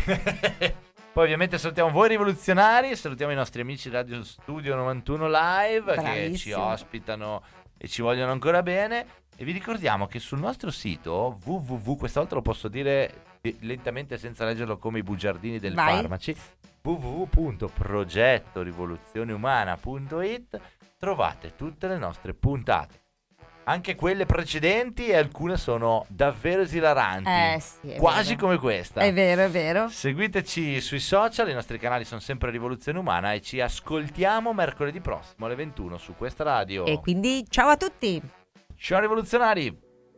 Poi ovviamente salutiamo voi rivoluzionari, salutiamo i nostri amici Radio Studio novantuno Live che ci Bravissimo. ospitano e ci vogliono ancora bene. E vi ricordiamo che sul nostro sito www, questa volta lo posso dire eh, lentamente senza leggerlo come i bugiardini del Vai. farmaci, www punto progetto rivoluzione umana punto it, trovate tutte le nostre puntate, anche quelle precedenti, e alcune sono davvero esilaranti, Eh sì, è quasi vero. come questa. È vero, è vero. Seguiteci sui social, i nostri canali sono sempre Rivoluzione Umana, e ci ascoltiamo mercoledì prossimo alle ventuno su questa radio. E quindi ciao a tutti. Ciao rivoluzionari!